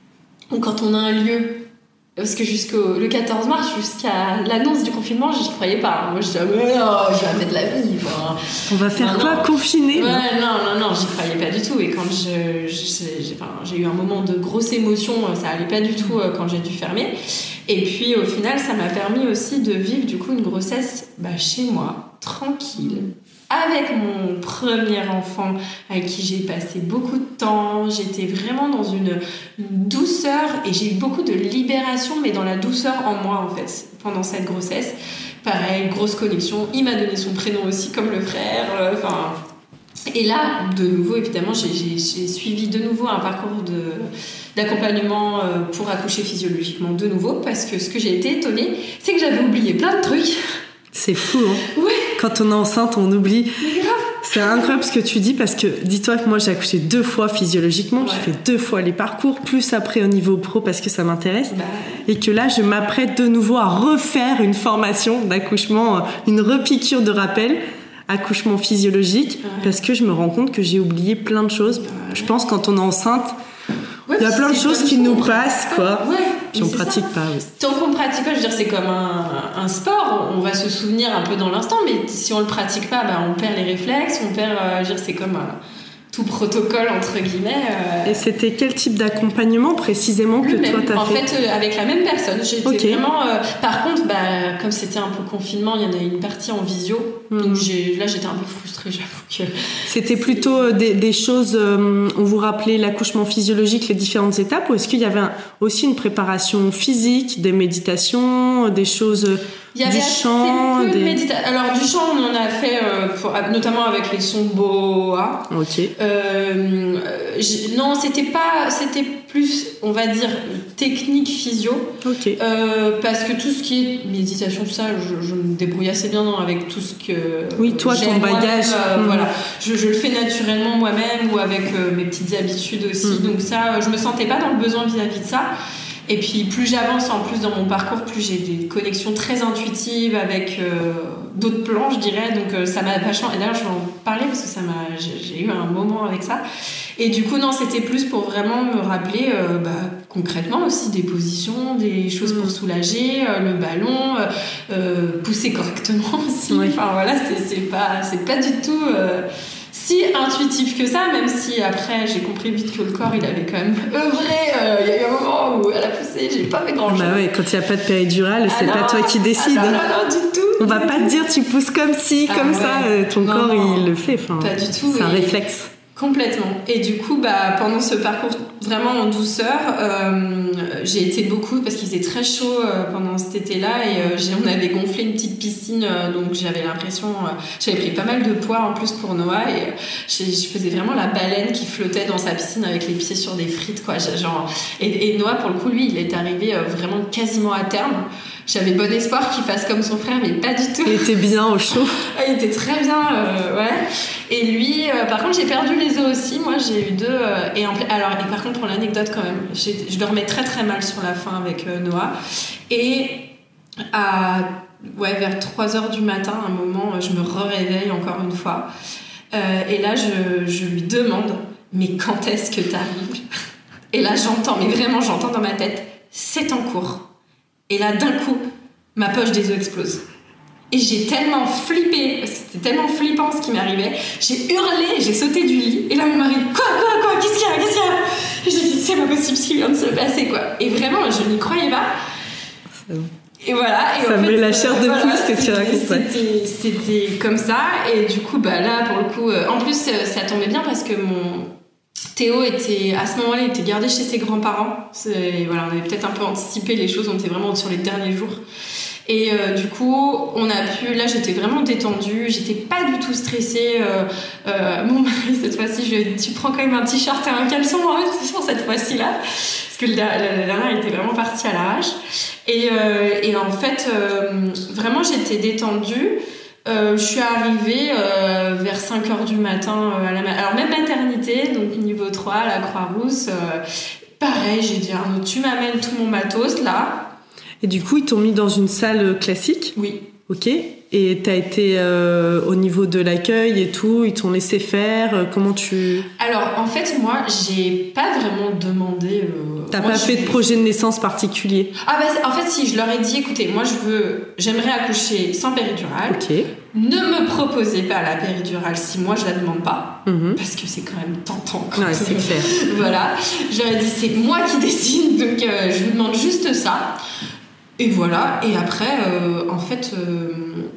où quand on a un lieu, parce que jusqu'au le quatorze mars, jusqu'à l'annonce du confinement, je n'y croyais pas. Moi, je disais, mais non, jamais de la vie. Enfin, on va faire non, quoi, non. confiner? Ouais, non, non, non, j'y croyais pas du tout. Et quand je, je, j'ai, enfin, j'ai eu un moment de grosse émotion, ça allait pas du tout quand j'ai dû fermer. Et puis, au final, ça m'a permis aussi de vivre du coup une grossesse bah, chez moi, tranquille. Avec mon premier enfant avec qui j'ai passé beaucoup de temps, j'étais vraiment dans une, une douceur et j'ai eu beaucoup de libération, mais dans la douceur en moi en fait, pendant cette grossesse. Pareil, grosse connexion, il m'a donné son prénom aussi comme le frère, enfin... Euh, et là, de nouveau, évidemment, j'ai, j'ai, j'ai suivi de nouveau un parcours de, d'accompagnement pour accoucher physiologiquement de nouveau, parce que ce que j'ai été étonnée, c'est que j'avais oublié plein de trucs. C'est fou, hein. Ouais. Quand on est enceinte, on oublie. Mais grave. C'est incroyable ce que tu dis, parce que dis-toi que moi j'ai accouché deux fois physiologiquement, ouais. J'ai fait deux fois les parcours, plus après au niveau pro parce que ça m'intéresse, bah... et que là je m'apprête de nouveau à refaire une formation d'accouchement, une repiqûre de rappel, accouchement physiologique, ouais. Parce que je me rends compte que j'ai oublié plein de choses. Ouais. Je pense quand on est enceinte, ouais, il y a plein de choses qui nous passent, quoi. Ouais. Puis on pratique ça. Pas. Oui. Tant qu'on pratique pas, je veux dire, c'est comme un, un sport. On va se souvenir un peu dans l'instant, mais si on le pratique pas, bah, on perd les réflexes, on perd. Euh, je veux dire, c'est comme un, tout protocole entre guillemets. Euh... Et c'était quel type d'accompagnement précisément que le même. toi t'as en fait? En fait, euh, avec la même personne. J'étais okay. vraiment. Euh, par contre, bah, comme c'était un peu confinement, il y en a une partie en visio. Mmh. Donc j'ai, là, j'étais un peu frustrée. J'avoue que. C'était plutôt euh, des, des choses. Euh, on vous rappelait l'accouchement physiologique, les différentes étapes, ou est-ce qu'il y avait un, aussi une préparation physique, des méditations, des choses. Euh, Il y avait du chant, assez peu des... de méditation. Alors du chant, on en a fait, euh, pour, notamment avec les sons boa. Ok. Euh, non, c'était pas, c'était plus, on va dire, technique physio. Ok. Euh, parce que tout ce qui est méditation, tout ça, je, je me débrouille assez bien non, avec tout ce que. Oui, toi, ton bagage. Euh, mmh. Voilà, je, je le fais naturellement moi-même ou avec euh, mes petites habitudes aussi. Mmh. Donc ça, je me sentais pas dans le besoin vis-à-vis de ça. Et puis plus j'avance en plus dans mon parcours, plus j'ai des connexions très intuitives avec euh, d'autres plans, je dirais. Donc euh, ça m'a vachement... Et d'ailleurs je vais en parler parce que ça m'a... j'ai, j'ai eu un moment avec ça. Et du coup non, c'était plus pour vraiment me rappeler euh, bah, concrètement aussi des positions, des choses pour soulager, euh, le ballon, euh, euh, pousser correctement aussi. Oui. Enfin voilà, c'est, c'est, pas, c'est pas du tout... Euh, si intuitif que ça, même si après j'ai compris vite que le corps il avait quand même œuvré. Euh, il y a eu un moment où elle a poussé, j'ai pas fait grand chose. Bah ouais, quand il n'y a pas de péridurale, c'est ah pas non, toi qui décide. Ah non, non, non, du tout. On va pas te dire tu pousses comme ci, ah comme ouais. ça, ton non, corps non, il le fait. Enfin, pas du tout. C'est un réflexe. Complètement. Et du coup, bah, pendant ce parcours vraiment en douceur, euh, j'ai été beaucoup, parce qu'il faisait très chaud euh, pendant cet été-là, et euh, j'ai, on avait gonflé une petite piscine, euh, donc j'avais l'impression, euh, j'avais pris pas mal de poids en plus pour Noah, et euh, je faisais vraiment la baleine qui flottait dans sa piscine avec les pieds sur des frites, quoi. Genre, et, et Noah, pour le coup, lui, il est arrivé euh, vraiment quasiment à terme. J'avais bon espoir qu'il fasse comme son frère, mais pas du tout. Il était bien au chaud. Il était très bien, euh, ouais. Et lui, euh, par contre, j'ai perdu les os aussi. Moi, j'ai eu deux. Euh, et, en, alors, et par contre, pour l'anecdote, quand même, j'ai, je dormais très très mal sur la fin avec euh, Noah. Et à ouais, vers trois heures du matin, à un moment, je me réveille encore une fois. Euh, et là, je, je lui demande, mais quand est-ce que t'arrives ? Et là, j'entends, mais vraiment, j'entends dans ma tête, c'est en cours. Et là, d'un coup, ma poche des os explose. Et j'ai tellement flippé, parce que c'était tellement flippant ce qui m'arrivait, j'ai hurlé, j'ai sauté du lit, et là mon mari, quoi, quoi, quoi, qu'est-ce qu'il y a, qu'est-ce qu'il y a ? Et j'ai dit, c'est pas possible ce qui vient de se passer, quoi. Et vraiment, je n'y croyais pas. Et voilà. Et ça en me fait, met la chair de voilà, poule, ce que tu racontes. C'était, c'était comme ça, et du coup, bah là, pour le coup, euh, en plus, ça tombait bien parce que mon Théo était, à ce moment-là, il était gardé chez ses grands-parents. C'est, voilà, on avait peut-être un peu anticipé les choses, on était vraiment sur les derniers jours. Et euh, du coup, on a pu... Là, j'étais vraiment détendue. J'étais pas du tout stressée. Euh, euh, mon mari, cette fois-ci, je lui ai dit, tu prends quand même un t-shirt et un caleçon, en fait, sur cette fois-ci-là. Parce que la, la, la dernière était vraiment partie à l'arrache. Et, euh, et en fait, euh, vraiment, j'étais détendue. Euh, je suis arrivée euh, vers cinq heures du matin euh, à la... Alors, même maternité, donc niveau trois, à la Croix-Rousse. Euh, pareil, j'ai dit, Arnaud, tu m'amènes tout mon matos, là. Et du coup, ils t'ont mis dans une salle classique ? Oui. Ok. Et t'as été euh, au niveau de l'accueil et tout, ils t'ont laissé faire. Comment tu... Alors, en fait, moi, j'ai pas vraiment demandé... Euh, T'as moi, pas je... fait de projet de naissance particulier ? Ah bah, en fait, si, je leur ai dit, écoutez, moi, je veux... J'aimerais accoucher sans péridurale. Ok. Ne me proposez pas la péridurale si moi, je la demande pas. Mm-hmm. Parce que c'est quand même tentant. Quand ouais, c'est clair. Voilà. Je leur ai dit, c'est moi qui décide, donc euh, je vous demande juste ça. Et voilà, et après, euh, en fait, euh,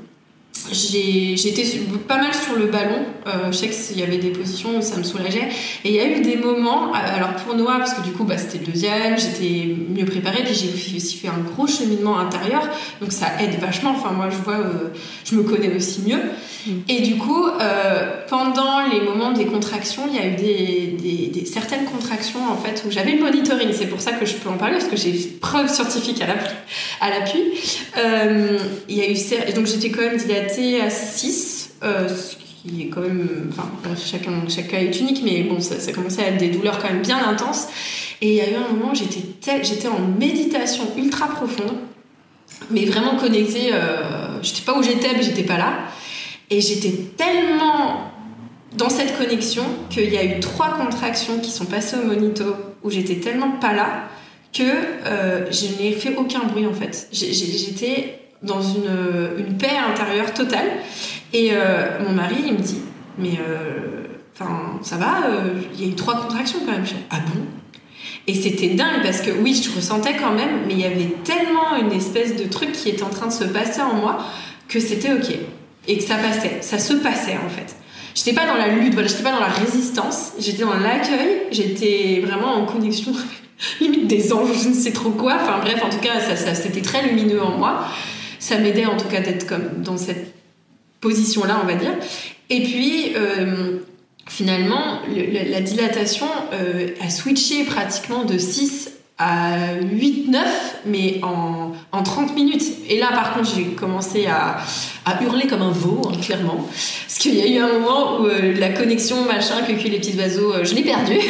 j'ai, j'étais pas mal sur le ballon. Euh, je sais qu'il y avait des positions où ça me soulageait. Et il y a eu des moments, alors pour Noah, parce que du coup, bah, c'était le deuxième, j'étais mieux préparée, puis j'ai aussi fait un gros cheminement intérieur, donc ça aide vachement. Enfin, moi, je vois, euh, je me connais aussi mieux. Mmh. Et du coup, euh, pendant les moments des contractions, il y a eu des, des, des, certaines contractions, en fait, où j'avais le monitoring. C'est pour ça que je peux en parler, parce que j'ai preuve scientifique à l'appui. À l'appui. Euh, il y a eu, donc j'étais quand même dilatée à six, euh, ce qui est quand même... Enfin, chacun, chaque cas est unique, mais bon, ça, ça commençait à être des douleurs quand même bien intenses. Et il y a eu un moment où j'étais, tel, j'étais en méditation ultra profonde, mais vraiment connectée. Euh, j'étais pas où j'étais, mais j'étais pas là. Et j'étais tellement dans cette connexion qu'il y a eu trois contractions qui sont passées au monito où j'étais tellement pas là que euh, je n'ai fait aucun bruit en fait. J'ai, j'étais dans une, une paix intérieure totale. Et euh, mon mari, il me dit, mais enfin, euh, ça va, il euh, y a eu trois contractions quand même. Je dis, ah bon ? Et c'était dingue parce que oui, je ressentais quand même, mais il y avait tellement une espèce de truc qui était en train de se passer en moi que c'était ok. Et que ça passait, ça se passait en fait. J'étais pas dans la lutte, voilà, j'étais pas dans la résistance, j'étais dans l'accueil, j'étais vraiment en connexion avec limite des anges, je ne sais trop quoi. Enfin bref, en tout cas, ça, ça, c'était très lumineux en moi. Ça m'aidait en tout cas d'être comme dans cette position-là, on va dire. Et puis, euh, finalement, le, la, la dilatation euh, a switché pratiquement de six à huit neuf, mais en, en trente minutes. Et là, par contre, j'ai commencé à, à hurler comme un veau, hein, clairement. Parce qu'il y a eu un moment où euh, la connexion, machin, que cuit les petits oiseaux, euh, je l'ai perdue.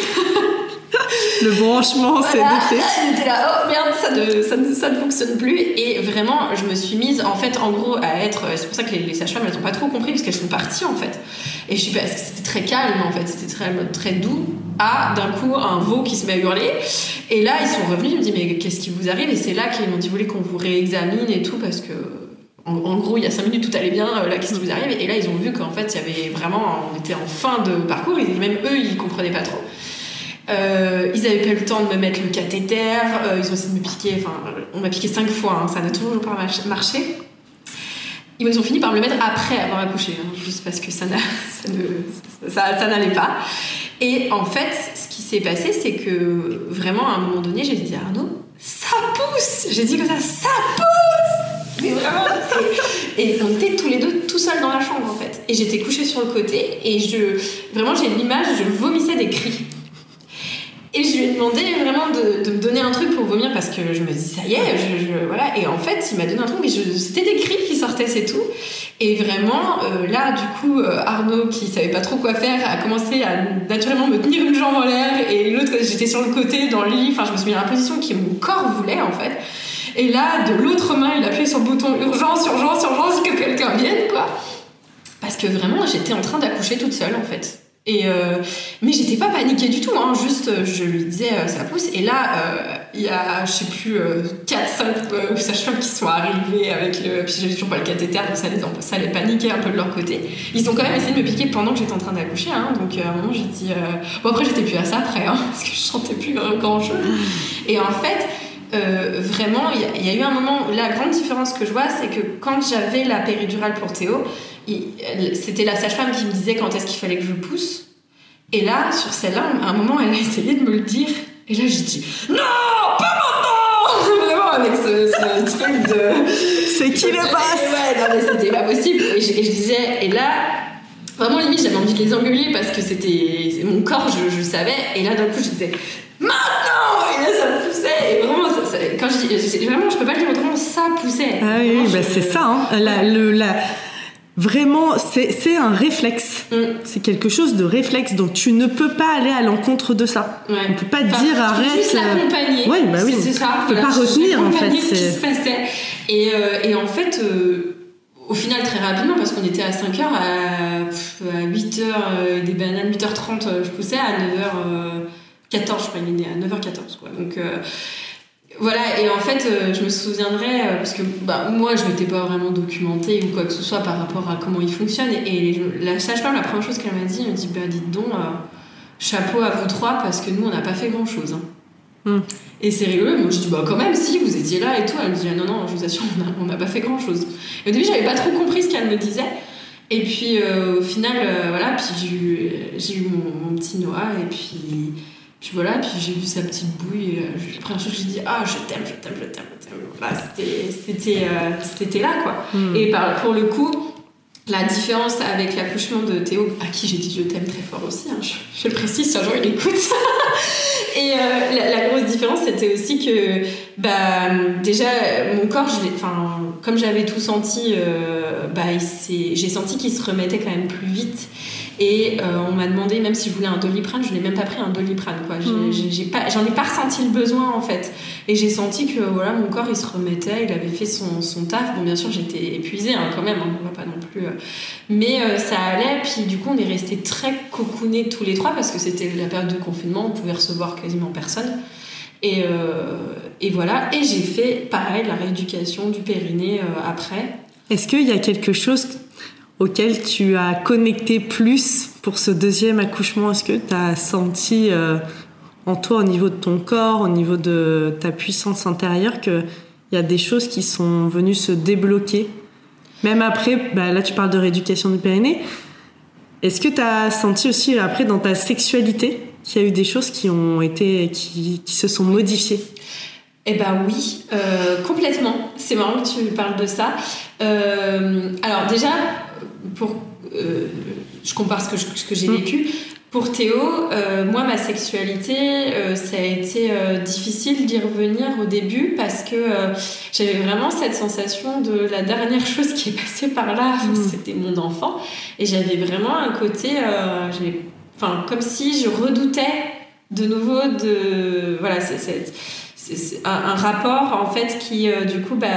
Le branchement, voilà, c'est défait. J'étais là, oh merde, ça ne, ça, ne, ça ne fonctionne plus. Et vraiment, je me suis mise, en fait, en gros, à être... C'est pour ça que les, les sages-femmes, elles n'ont pas trop compris, parce qu'elles sont parties, en fait. Et je suis pas... C'était très calme, en fait. C'était très, très doux. À, d'un coup, un veau qui se met à hurler. Et là, ils sont revenus, ils me disent, mais qu'est-ce qui vous arrive ? Et c'est là qu'ils m'ont dit, vous voulez qu'on vous réexamine et tout, parce que... En, en gros, il y a cinq minutes, tout allait bien, là, qu'est-ce qui vous arrive ? Et là, ils ont vu qu'en fait, il y avait vraiment... On était en fin de parcours, et même eux, ils comprenaient pas trop. Euh, ils avaient pas eu le temps de me mettre le cathéter, euh, ils ont essayé de me piquer, enfin, on m'a piqué cinq fois, hein, ça n'a toujours pas marché. Ils ont fini par me le mettre après avoir accouché, hein, juste parce que ça, n'a, ça, ne, ça, ça n'allait pas. Et en fait, ce qui s'est passé, c'est que vraiment, à un moment donné, j'ai dit, Arnaud, ça pousse! J'ai dit comme ça, ça pousse! Mais vraiment, et on était tous les deux tout seuls dans la chambre, en fait. Et j'étais couchée sur le côté, et je, vraiment, j'ai une image, je vomissais des cris. Et je lui ai demandé vraiment de, de me donner un truc pour vomir parce que je me dis ça y est, je, je, voilà. Et en fait, il m'a donné un truc, mais je, c'était des cris qui sortaient, c'est tout. Et vraiment, euh, là, du coup, euh, Arnaud, qui savait pas trop quoi faire, a commencé à naturellement me tenir une jambe en l'air et l'autre, j'étais sur le côté dans le lit. Enfin, je me suis mis dans la position que mon corps voulait, en fait. Et là, de l'autre main, il appuyait sur le bouton urgence, urgence, urgence, que quelqu'un vienne, quoi. Parce que vraiment, j'étais en train d'accoucher toute seule, en fait. Et euh, mais j'étais pas paniquée du tout, hein, juste je lui disais euh, ça pousse. Et là, il euh, y a, je sais plus, euh, quatre cinq euh, sages-femmes qui sont arrivées avec le. Puis j'avais toujours pas le cathéter, donc ça les, ça les paniquait un peu de leur côté. Ils ont quand même essayé de me piquer pendant que j'étais en train d'accoucher, hein, donc euh, à un moment j'ai dit. Euh... Bon, après j'étais plus à ça après, hein, parce que je sentais plus grand chose. Et en fait. Euh, vraiment, il y, y a eu un moment où la grande différence que je vois, c'est que quand j'avais la péridurale pour Théo, il, c'était la sage-femme qui me disait quand est-ce qu'il fallait que je pousse. Et là, sur celle-là, à un moment, elle a essayé de me le dire. Et là, j'ai dit non, pas maintenant. Vraiment avec ce, ce truc de. C'est qui le passe. Ouais, non mais c'était pas possible. Et je, et je disais, et là. Vraiment, limite, j'avais envie de les engueuler parce que c'était mon corps, je, je savais. Et là, d'un coup, je disais maintenant. Et là, ça me poussait. Et vraiment, ça, ça, quand je dis, vraiment, je peux pas le dire autrement, ça poussait. Ah oui, vraiment, bah je... c'est ça. Hein. La, le, la... Vraiment, c'est, c'est un réflexe. Mm. C'est quelque chose de réflexe. Donc, tu ne peux pas aller à l'encontre de ça. Ouais. On ne peut pas te enfin, dire arrête. Tu peux juste l'accompagner. Ouais, bah oui. C'est, c'est ça. Tu ne peux voilà, pas retenir, en fait. Ce qui se passait. Et, euh, et en fait. Euh, Au final, très rapidement, parce qu'on était à cinq heures, à, à huit heures, des bananes, huit heures trente, je poussais, à neuf heures quatorze, je crois, il est né à neuf heures quatorze, quoi. Donc, euh, voilà, et en fait, euh, je me souviendrai, euh, parce que bah, moi, je m'étais pas vraiment documentée ou quoi que ce soit par rapport à comment il fonctionne, et, et la sage-femme, la première chose qu'elle m'a dit, elle m'a dit, bah, dites donc, euh, chapeau à vous trois, parce que nous, on n'a pas fait grand-chose, hein. Mm. Et c'est rigolo, moi je dis bah quand même si vous étiez là et tout. Elle me dit ah, non non je vous assure on n'a pas fait grand chose. Et au début j'avais pas trop compris ce qu'elle me disait et puis euh, au final euh, voilà puis j'ai eu, j'ai eu mon, mon petit Noah et puis, puis voilà puis j'ai vu sa petite bouille et euh, la première chose que j'ai dit ah je t'aime je t'aime je t'aime, je t'aime. Voilà, c'était, c'était, euh, c'était là quoi. Mm. Et par, pour le coup la différence avec l'accouchement de Théo, à qui j'ai dit je t'aime très fort aussi, hein, je, je le précise si un jour il écoute. Et euh, la, la grosse différence, c'était aussi que bah, déjà, mon corps, je l'ai, comme j'avais tout senti, euh, bah, il s'est, j'ai senti qu'il se remettait quand même plus vite. Et euh, on m'a demandé, même si je voulais un Doliprane, je n'ai même pas pris un Doliprane. Quoi. J'ai, mmh. j'ai, j'ai pas, j'en ai pas ressenti le besoin, en fait. Et j'ai senti que voilà, mon corps, il se remettait, il avait fait son, son taf. Bon, bien sûr, j'étais épuisée hein, quand même, hein, on va pas non plus... Euh... Mais euh, ça allait, puis du coup, on est restés très cocoonés tous les trois, parce que c'était la période de confinement, on pouvait recevoir quasiment personne. Et, euh, et voilà, et j'ai fait, pareil, la rééducation du périnée euh, après. Est-ce qu'il y a quelque chose auquel tu as connecté plus pour ce deuxième accouchement? Est-ce que tu as senti euh, en toi, au niveau de ton corps, au niveau de ta puissance intérieure, qu'il y a des choses qui sont venues se débloquer? Même après, bah là tu parles de rééducation du périnée. Est-ce que tu as senti aussi après dans ta sexualité qu'il y a eu des choses qui, ont été, qui, qui se sont modifiées? Eh ben oui, euh, complètement. C'est marrant que tu parles de ça. Euh, alors déjà, pour, euh, je compare ce que, je, ce que j'ai mmh. vécu. Pour Théo, euh, moi, ma sexualité, euh, ça a été euh, difficile d'y revenir au début parce que euh, j'avais vraiment cette sensation de la dernière chose qui est passée par là, mmh. c'était mon enfant. Et j'avais vraiment un côté, euh, j'avais, enfin, comme si je redoutais de nouveau de... Voilà, c'est... c'est C'est un, un rapport en fait qui euh, du coup bah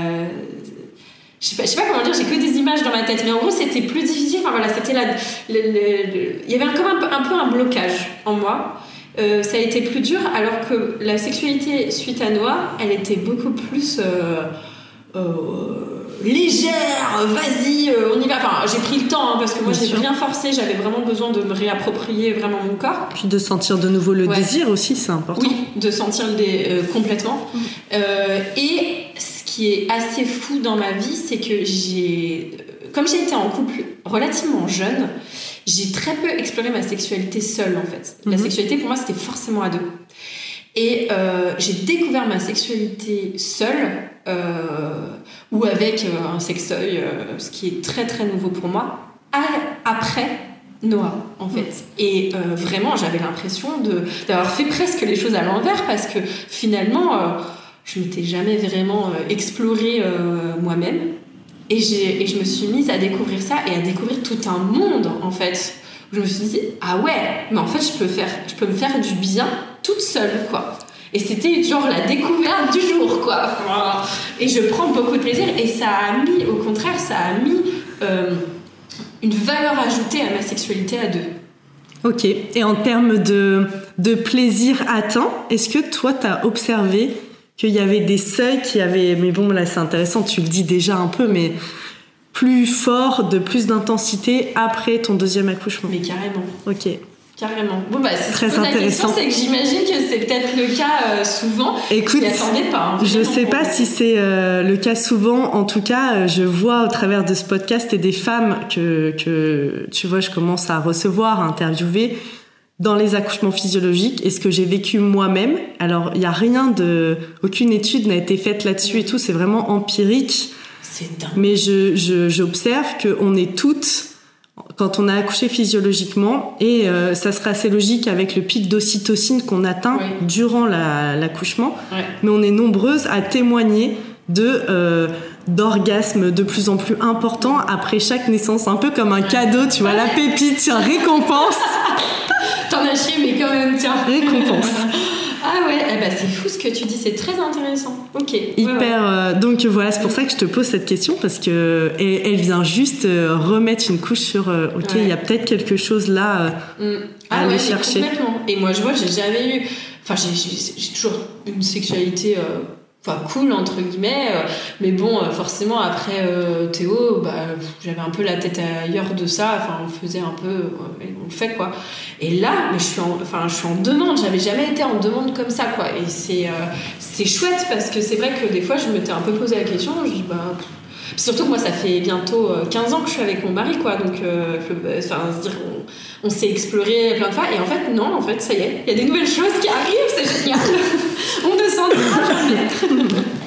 je sais pas, je sais pas comment dire, j'ai que des images dans ma tête mais en gros c'était plus difficile, enfin voilà c'était la, le, le, le, il y avait comme un peu un, peu un blocage en moi, euh, ça a été plus dur alors que la sexualité suite à Noah elle était beaucoup plus euh, euh, légère, vas-y, euh, on y va. Enfin, j'ai pris le temps hein, parce que moi bien j'ai sûr. rien forcé, j'avais vraiment besoin de me réapproprier vraiment mon corps. Puis de sentir de nouveau le ouais. désir aussi, c'est important. Oui, de sentir le dé- euh, complètement. Mmh. Euh, et ce qui est assez fou dans ma vie, c'est que j'ai, comme j'ai été en couple relativement jeune, j'ai très peu exploré ma sexualité seule en fait. Mmh. La sexualité pour moi c'était forcément à deux. Et euh, j'ai découvert ma sexualité seule euh, ou avec euh, un sextoy, euh, ce qui est très très nouveau pour moi, à, après Noah en fait. Mmh. Et euh, vraiment j'avais l'impression de, d'avoir fait presque les choses à l'envers parce que finalement euh, je m'étais jamais vraiment euh, explorée euh, moi-même et, j'ai, et je me suis mise à découvrir ça et à découvrir tout un monde en fait. Je me suis dit ah ouais mais en fait je peux faire je peux me faire du bien toute seule quoi. Et c'était genre la découverte du jour, quoi. Enfin, et je prends beaucoup de plaisir. Et ça a mis, au contraire, ça a mis euh, une valeur ajoutée à ma sexualité à deux. Ok. Et en termes de, de plaisir atteint, est-ce que toi, t'as observé qu'il y avait des seuils qui avaient... Mais bon, là, c'est intéressant, tu le dis déjà un peu, mais plus fort, de plus d'intensité après ton deuxième accouchement? Mais carrément. Ok. Carrément. Bon, bah, c'est très intéressant. La question, c'est que j'imagine que c'est peut-être le cas euh, souvent. Écoute, je m'y attendais pas. Hein, je sais pas si c'est euh, le cas souvent. En tout cas, euh, je vois au travers de ce podcast et des femmes que, que tu vois, je commence à recevoir, à interviewer dans les accouchements physiologiques et ce que j'ai vécu moi-même. Alors, il y a rien de, aucune étude n'a été faite là-dessus et tout. C'est vraiment empirique. C'est dingue. Mais je, je, j'observe qu'on est toutes, quand on a accouché physiologiquement, et euh, ça serait assez logique avec le pic d'ocytocine qu'on atteint oui. durant la, l'accouchement, ouais. mais on est nombreuses à témoigner de euh, d'orgasmes de plus en plus importants après chaque naissance, un peu comme un cadeau, tu vois, la pépite, tiens, récompense. T'en as chié, mais quand même, tiens. Récompense. Ah ouais, eh ben c'est fou ce que tu dis, c'est très intéressant. Ok. Hyper. Ouais, ouais. Euh, donc voilà, c'est pour ça que je te pose cette question parce que elle, elle vient juste euh, remettre une couche sur. Euh, ok, il ouais. y a peut-être quelque chose là euh, mm. ah à aller ouais, chercher. Complètement. Et moi, je vois, j'ai jamais eu. Enfin, j'ai, j'ai, j'ai toujours une sexualité. Euh... Enfin, cool, entre guillemets. Euh, mais bon, euh, forcément, après euh, Théo, bah, j'avais un peu la tête ailleurs de ça. Enfin, on faisait un peu... Euh, on le fait, quoi. Et là, mais je suis en, enfin, je suis en demande. J'avais jamais été en demande comme ça, quoi. Et c'est, euh, c'est chouette parce que c'est vrai que des fois, je m'étais un peu posé la question. Je dis, bah... Puis surtout que moi, ça fait bientôt quinze ans que je suis avec mon mari, quoi. Donc, euh, enfin, se dire... On, on s'est exploré plein de fois. Et en fait, non, en fait, ça y est. Il y a des nouvelles choses qui arrivent. C'est génial. On ne s'en jamais.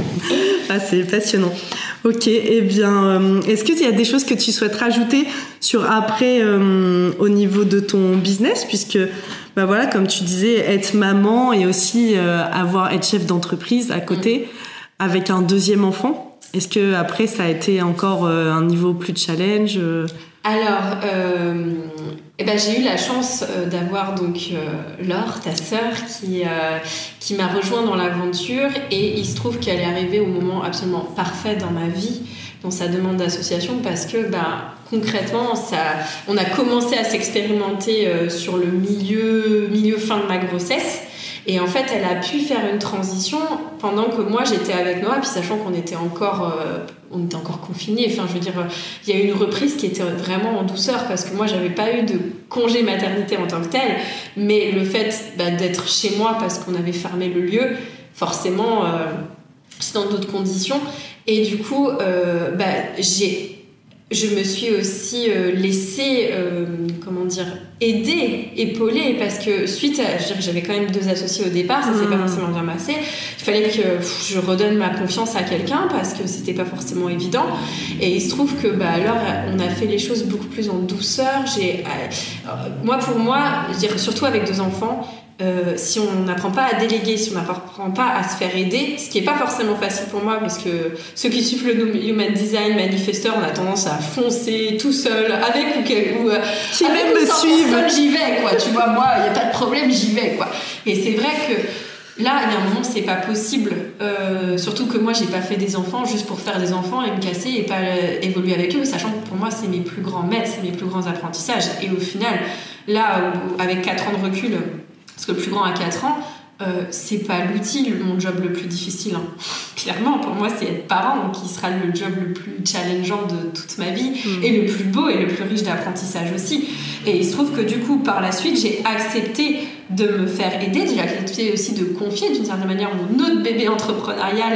Ah, c'est passionnant. Ok, eh bien, euh, est-ce qu'il y a des choses que tu souhaites rajouter sur après euh, au niveau de ton business, puisque bah voilà, comme tu disais, être maman et aussi euh, avoir être chef d'entreprise à côté mmh. avec un deuxième enfant. Est-ce que après ça a été encore euh, un niveau plus de challenge euh... Alors, euh, eh ben, j'ai eu la chance euh, d'avoir donc euh, Laure, ta sœur, qui, euh, qui m'a rejoint dans l'aventure et il se trouve qu'elle est arrivée au moment absolument parfait dans ma vie, dans sa demande d'association, parce que bah, concrètement, ça, on a commencé à s'expérimenter euh, sur le milieu, milieu fin de ma grossesse. Et en fait, elle a pu faire une transition pendant que moi, j'étais avec Noah, puis sachant qu'on était encore, euh, on était encore confinés. Enfin, je veux dire, il y a eu une reprise qui était vraiment en douceur parce que moi, j'avais pas eu de congé maternité en tant que tel, mais le fait bah, d'être chez moi parce qu'on avait fermé le lieu, forcément, euh, c'est dans d'autres conditions. Et du coup, euh, bah, j'ai... je me suis aussi euh, laissée, euh, comment dire, aider, épaulée, parce que suite à, je dirais, j'avais quand même deux associés au départ, ça mmh. s'est pas forcément bien passé. Il fallait que pff, je redonne ma confiance à quelqu'un parce que c'était pas forcément évident. Et il se trouve que, bah, alors, on a fait les choses beaucoup plus en douceur. J'ai, euh, moi, pour moi, je dirais, surtout avec deux enfants. Euh, si on n'apprend pas à déléguer, si on n'apprend pas à se faire aider, ce qui n'est pas forcément facile pour moi parce que ceux qui suivent le Human Design Manifestor, on a tendance à foncer tout seul, avec ou, ou, qui avec même ou me sans suivent. personne, j'y vais, quoi. Tu vois, moi, il n'y a pas de problème, j'y vais, quoi. Et c'est vrai que là, il y a un moment, c'est pas possible. Euh, surtout que moi, j'ai pas fait des enfants juste pour faire des enfants et me casser et pas euh, évoluer avec eux, sachant que pour moi, c'est mes plus grands maîtres, c'est mes plus grands apprentissages. Et au final, là, où, avec quatre ans de recul, parce que le plus grand a quatre ans, euh, c'est pas l'outil, mon job le plus difficile. Hein. Clairement, pour moi, c'est être parent, donc il sera le job le plus challengeant de toute ma vie, mmh. et le plus beau et le plus riche d'apprentissage aussi. Et il se trouve que du coup, par la suite, j'ai accepté de me faire aider, j'ai accepté aussi de confier d'une certaine manière mon autre bébé entrepreneurial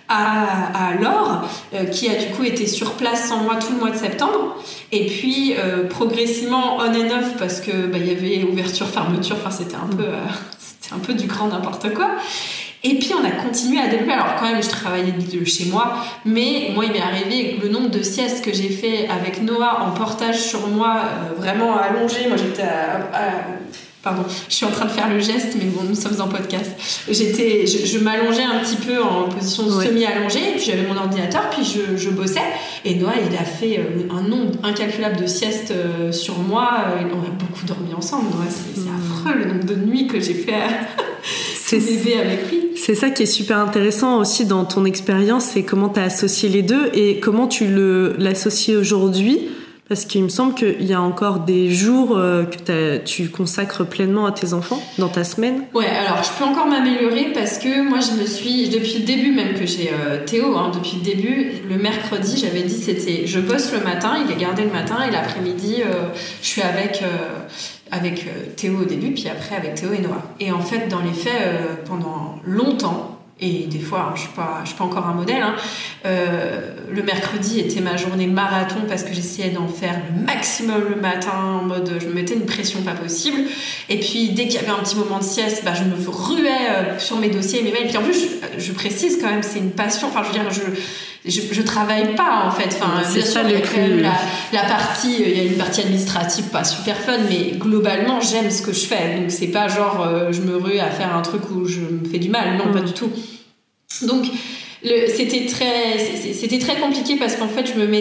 à, à Laure, euh, qui a du coup été sur place sans moi tout le mois de septembre. Et puis, euh, progressivement, on and off, parce que bah, y avait ouverture, fermeture, enfin, c'était un peu, euh, c'était un peu du grand n'importe quoi. Et puis, on a continué à développer. Alors, quand même, je travaillais de chez moi, mais moi, il m'est arrivé le nombre de siestes que j'ai fait avec Noah en portage sur moi, euh, vraiment allongé. Moi, j'étais à... à Pardon, je suis en train de faire le geste, mais bon, nous sommes en podcast. J'étais, je, je m'allongeais un petit peu en position ouais. semi-allongée, et puis j'avais mon ordinateur, puis je, je bossais. Et Noah, il a fait un nombre incalculable de siestes sur moi. On a beaucoup dormi ensemble. Noah, c'est, c'est affreux le nombre de nuits que j'ai fait. c'est, bébé avec lui. C'est ça qui est super intéressant aussi dans ton expérience, c'est comment tu as associé les deux et comment tu le, l'associes aujourd'hui. Parce qu'il me semble qu'il y a encore des jours euh, que tu consacres pleinement à tes enfants dans ta semaine. Ouais, alors je peux encore m'améliorer parce que moi je me suis, depuis le début même que j'ai euh, Théo, hein, depuis le début, le mercredi j'avais dit c'était, je bosse le matin, il est gardé le matin et l'après-midi euh, je suis avec, euh, avec euh, Théo au début, puis après avec Théo et Noah. Et en fait dans les faits, euh, pendant longtemps, et des fois, hein, je suis pas, je suis pas encore un modèle. Hein. Euh, le mercredi était ma journée marathon parce que j'essayais d'en faire le maximum le matin, en mode je me mettais une pression pas possible. Et puis dès qu'il y avait un petit moment de sieste, bah, je me ruais euh, sur mes dossiers et mes mails. Puis en plus, je, je précise quand même, c'est une passion. Enfin, je veux dire, je, je, je travaille pas en fait. Enfin, c'est bien ça sûr, il y a le quand plus... même la, la partie, il y a une partie administrative pas super fun, mais globalement, j'aime ce que je fais. Donc c'est pas genre euh, je me rue à faire un truc où je me fais du mal. Non, mmh. pas du tout. Donc le, c'était très c'était très compliqué parce qu'en fait je me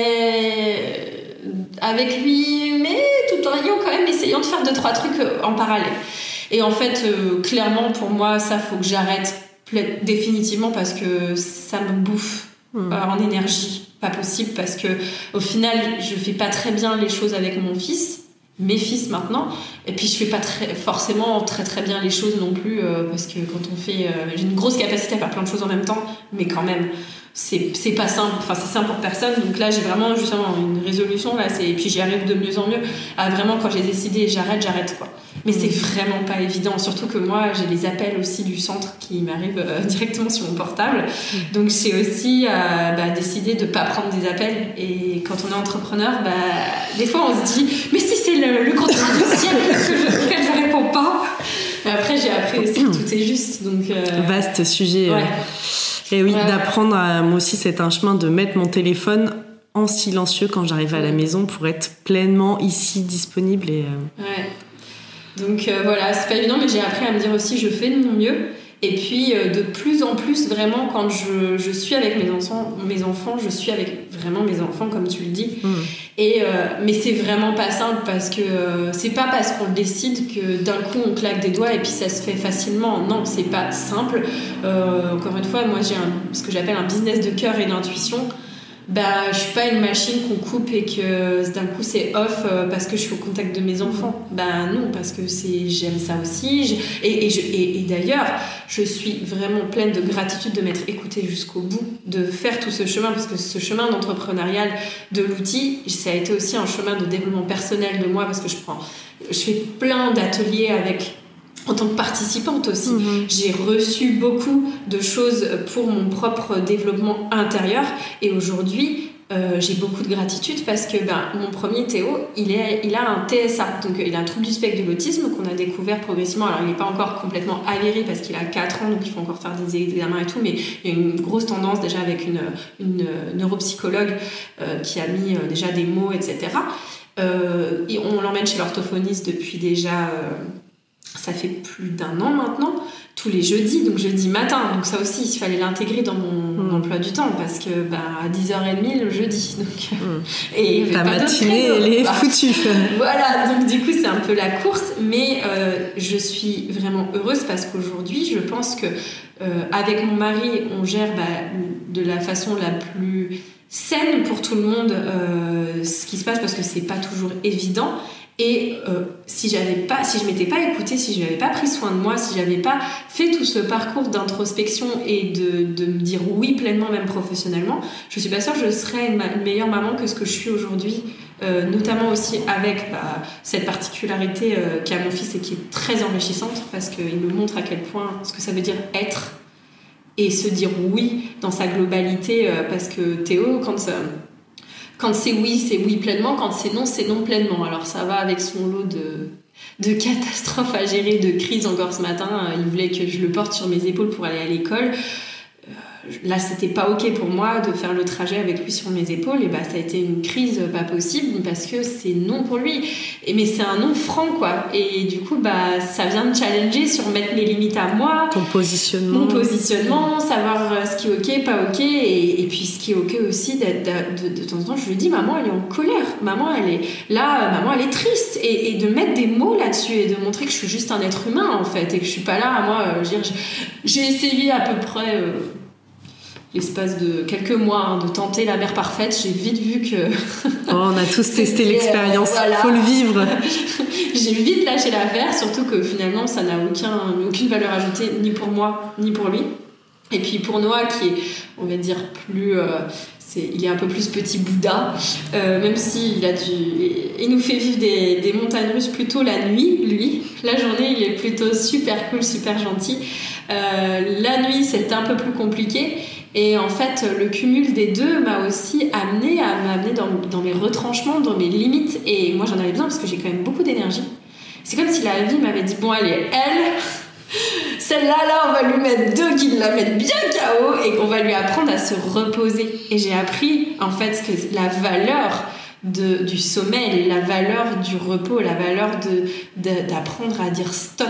mettais avec lui mais tout en ayant quand même essayant de faire deux trois trucs en parallèle et en fait euh, clairement pour moi ça faut que j'arrête définitivement parce que ça me bouffe mmh. euh, en énergie pas possible parce que au final je fais pas très bien les choses avec mon fils mes fils maintenant et puis je fais pas très, forcément très très bien les choses non plus euh, parce que quand on fait euh, j'ai une grosse capacité à faire plein de choses en même temps mais quand même c'est, c'est pas simple enfin c'est simple pour personne donc là j'ai vraiment justement une résolution là c'est, et puis j'y arrive de mieux en mieux à vraiment quand j'ai décidé j'arrête j'arrête quoi mais mmh. c'est vraiment pas évident surtout que moi j'ai les appels aussi du centre qui m'arrivent euh, directement sur mon portable mmh. donc j'ai aussi euh, bah, décidé de pas prendre des appels et quand on est entrepreneur bah, des fois on se dit mais si c'est le, le contrat du siècle que je, que je réponds pas mais après j'ai appris aussi que tout est juste donc euh... vaste sujet ouais. Et oui, ouais. d'apprendre à, moi aussi c'est un chemin de mettre mon téléphone en silencieux quand j'arrive à la maison pour être pleinement ici disponible et euh... ouais. Donc euh, voilà, c'est pas évident mais j'ai appris à me dire aussi je fais de mon mieux et puis euh, de plus en plus vraiment quand je, je suis avec mes enfants, mes enfants, je suis avec vraiment mes enfants comme tu le dis mmh. et, euh, mais c'est vraiment pas simple parce que euh, c'est pas parce qu'on le décide que d'un coup on claque des doigts et puis ça se fait facilement, non c'est pas simple euh, encore une fois moi j'ai un, ce que j'appelle un business de cœur et d'intuition. Bah, je suis pas une machine qu'on coupe et que d'un coup c'est off parce que je suis au contact de mes enfants. Bah non, parce que c'est, j'aime ça aussi. Je, et, et, je, et, et d'ailleurs, je suis vraiment pleine de gratitude de m'être écoutée jusqu'au bout, de faire tout ce chemin, parce que ce chemin d'entrepreneurial de l'outil, ça a été aussi un chemin de développement personnel de moi, parce que je prends, je fais plein d'ateliers avec... En tant que participante aussi, mmh. j'ai reçu beaucoup de choses pour mon propre développement intérieur et aujourd'hui, euh, j'ai beaucoup de gratitude parce que ben, mon premier Théo, il, est, il a un T S A, donc il a un trouble du spectre de l'autisme qu'on a découvert progressivement. Alors il n'est pas encore complètement avéré parce qu'il a quatre ans, donc il faut encore faire des examens et tout, mais il y a une grosse tendance déjà avec une, une neuropsychologue euh, qui a mis euh, déjà des mots, et cetera. Euh, et on l'emmène chez l'orthophoniste depuis déjà... Euh, ça fait plus d'un an maintenant, tous les jeudis, donc jeudi matin. Donc ça aussi, il fallait l'intégrer dans mon mmh. emploi du temps parce que bah, à dix heures trente le jeudi. Donc, mmh. Et il y avait ta pas matinée, elle est foutue. Voilà, donc du coup, c'est un peu la course. Mais euh, je suis vraiment heureuse parce qu'aujourd'hui, je pense que euh, avec mon mari, on gère bah, de la façon la plus saine pour tout le monde euh, ce qui se passe parce que c'est pas toujours évident. Et euh, si j'avais pas, si je m'étais pas écoutée, si je n'avais pas pris soin de moi, si j'avais pas fait tout ce parcours d'introspection et de, de me dire oui pleinement, même professionnellement, je suis pas sûre que je serais une, une meilleure maman que ce que je suis aujourd'hui, euh, notamment aussi avec bah, cette particularité euh, qu'a mon fils et qui est très enrichissante parce qu'il me montre à quel point ce que ça veut dire être et se dire oui dans sa globalité euh, parce que Théo, quand ça... Quand c'est oui, c'est oui pleinement. Quand c'est non, c'est non pleinement. Alors ça va avec son lot de, de catastrophes à gérer, de crises. Encore ce matin, il voulait que je le porte sur mes épaules pour aller à l'école. Euh, là c'était pas ok pour moi de faire le trajet avec lui sur mes épaules, et bah ça a été une crise pas possible parce que c'est non pour lui, et mais c'est un non franc quoi, et du coup bah ça vient me challenger sur mettre mes limites à moi, ton positionnement mon positionnement, savoir ce qui est ok, pas ok, et, et puis ce qui est ok aussi de, de, de, de temps en temps je lui dis maman elle est en colère, maman elle est là, maman elle est triste, et, et de mettre des mots là-dessus et de montrer que je suis juste un être humain en fait, et que je suis pas là moi euh, je veux dire, j'ai essayé à peu près euh, l'espace de quelques mois hein, de tenter la mère parfaite. J'ai vite vu que oh, on a tous testé l'expérience, euh, voilà. Faut le vivre. J'ai vite lâché l'affaire, surtout que finalement ça n'a aucun, aucune valeur ajoutée ni pour moi ni pour lui. Et puis pour Noah qui est on va dire plus euh, c'est, il est un peu plus petit Bouddha, euh, même s'il a du, il nous fait vivre des, des montagnes russes plutôt la nuit, lui. La journée, il est plutôt super cool, super gentil. Euh, la nuit, c'est un peu plus compliqué. Et en fait, le cumul des deux m'a aussi amené à m'amener dans, dans mes retranchements, dans mes limites. Et moi, j'en avais besoin parce que j'ai quand même beaucoup d'énergie. C'est comme si la vie m'avait dit, bon, allez, elle... celle-là, là, on va lui mettre deux qui la mettent bien K O et qu'on va lui apprendre à se reposer. Et j'ai appris, en fait, que la valeur de, du sommeil, la valeur du repos, la valeur de, de, d'apprendre à dire stop.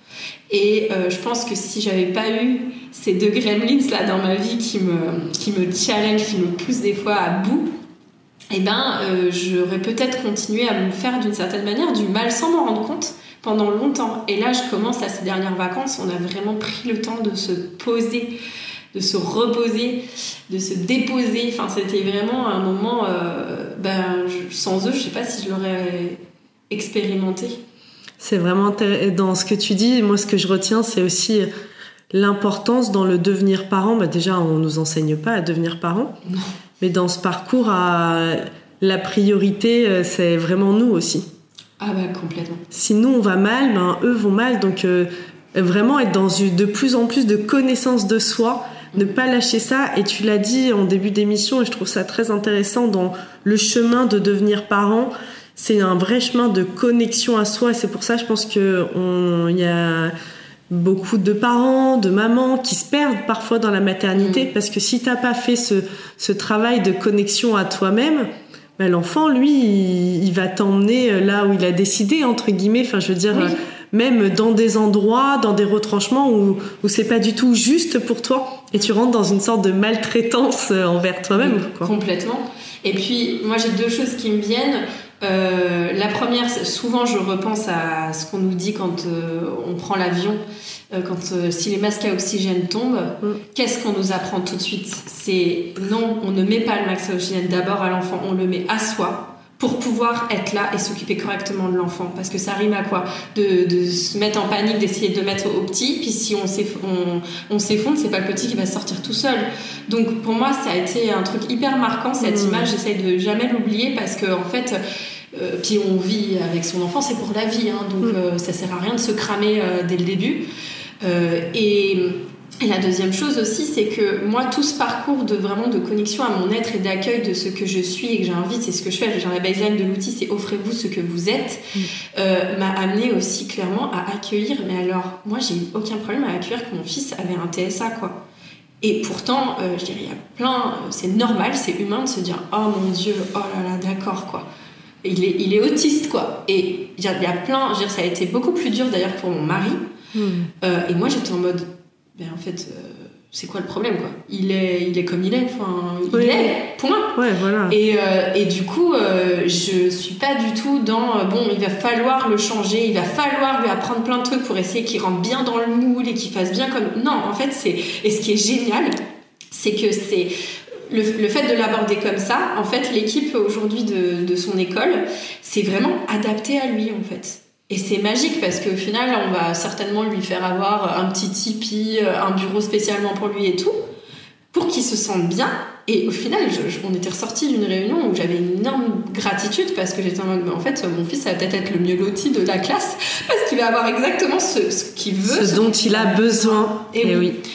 Et euh, je pense que si j'avais pas eu ces deux gremlins là dans ma vie qui me, qui me challenge, qui me poussent des fois à bout, eh ben, euh, j'aurais peut-être continué à me faire d'une certaine manière du mal sans m'en rendre compte pendant longtemps. Et là, je commence à ces dernières vacances, on a vraiment pris le temps de se poser, de se reposer, de se déposer. Enfin, c'était vraiment un moment, euh, ben, je, sans eux, je sais pas si je l'aurais expérimenté. C'est vraiment intéressant. Dans ce que tu dis, moi, ce que je retiens, c'est aussi l'importance dans le devenir parent. Bah, déjà, on nous enseigne pas à devenir parent. Non. Mais dans ce parcours, à... la priorité, c'est vraiment nous aussi. Ah bah complètement. Si nous on va mal, ben eux vont mal, donc euh, vraiment être dans une, de plus en plus de connaissance de soi, ne pas lâcher ça. Et tu l'as dit en début d'émission, et je trouve ça très intéressant, dans le chemin de devenir parent, c'est un vrai chemin de connexion à soi, et c'est pour ça je pense que on, y a beaucoup de parents, de mamans qui se perdent parfois dans la maternité, mmh. parce que si t'as pas fait ce, ce travail de connexion à toi-même, ben l'enfant, lui, il, il va t'emmener là où il a décidé, entre guillemets. Enfin, je veux dire, oui. même dans des endroits, dans des retranchements où, où c'est pas du tout juste pour toi. Et tu rentres dans une sorte de maltraitance envers toi-même. Oui, quoi. Complètement. Et puis, moi, j'ai deux choses qui me viennent. Euh, la première, souvent, je repense à ce qu'on nous dit quand euh, on prend l'avion. Euh, quand, euh, si les masques à oxygène tombent, mm. qu'est-ce qu'on nous apprend tout de suite ? C'est non, on ne met pas le masque à oxygène d'abord à l'enfant, on le met à soi pour pouvoir être là et s'occuper correctement de l'enfant. Parce que ça rime à quoi ? de, de se mettre en panique, d'essayer de le mettre au petit, puis si on, s'eff- on, on s'effondre, c'est pas le petit qui va sortir tout seul. Donc pour moi, ça a été un truc hyper marquant, cette mm. image, j'essaye de jamais l'oublier parce que en fait... Euh, puis on vit avec son enfant, c'est pour la vie, hein, donc mm. euh, ça sert à rien de se cramer euh, dès le début. Euh, et, et la deuxième chose aussi, c'est que moi, tout ce parcours de vraiment de connexion à mon être et d'accueil de ce que je suis et que j'invite, c'est ce que je fais, j'ai la baseline de l'outil, c'est offrez-vous ce que vous êtes, mm. euh, m'a amené aussi clairement à accueillir. Mais alors, moi, j'ai eu aucun problème à accueillir que mon fils avait un T S A, quoi. Et pourtant, euh, je dirais, il y a plein, euh, c'est normal, c'est humain de se dire, oh mon Dieu, oh là là, d'accord, quoi. Il est, il est autiste, quoi. Et il y, y a plein... Je veux dire, ça a été beaucoup plus dur, d'ailleurs, pour mon mari. Mm. Euh, et moi, j'étais en mode... Ben, en fait, euh, c'est quoi le problème, quoi ? Il est, il est comme il est. Enfin, il oui. est, point. Ouais, voilà. Et, euh, et du coup, euh, je suis pas du tout dans... Euh, bon, il va falloir le changer. Il va falloir lui apprendre plein de trucs pour essayer qu'il rentre bien dans le moule et qu'il fasse bien comme... Non, en fait, c'est... Et ce qui est génial, c'est que c'est... Le, le fait de l'aborder comme ça, en fait, l'équipe aujourd'hui de, de son école, c'est vraiment adapté à lui, en fait. Et c'est magique parce qu'au final, on va certainement lui faire avoir un petit tipi, un bureau spécialement pour lui et tout, pour qu'il se sente bien. Et au final, je, je, on était ressortis d'une réunion où j'avais une énorme gratitude parce que j'étais en mode, en fait, mon fils va peut-être être le mieux loti de la classe parce qu'il va avoir exactement ce, ce qu'il veut. Ce, ce dont il a besoin. Et, et oui. oui.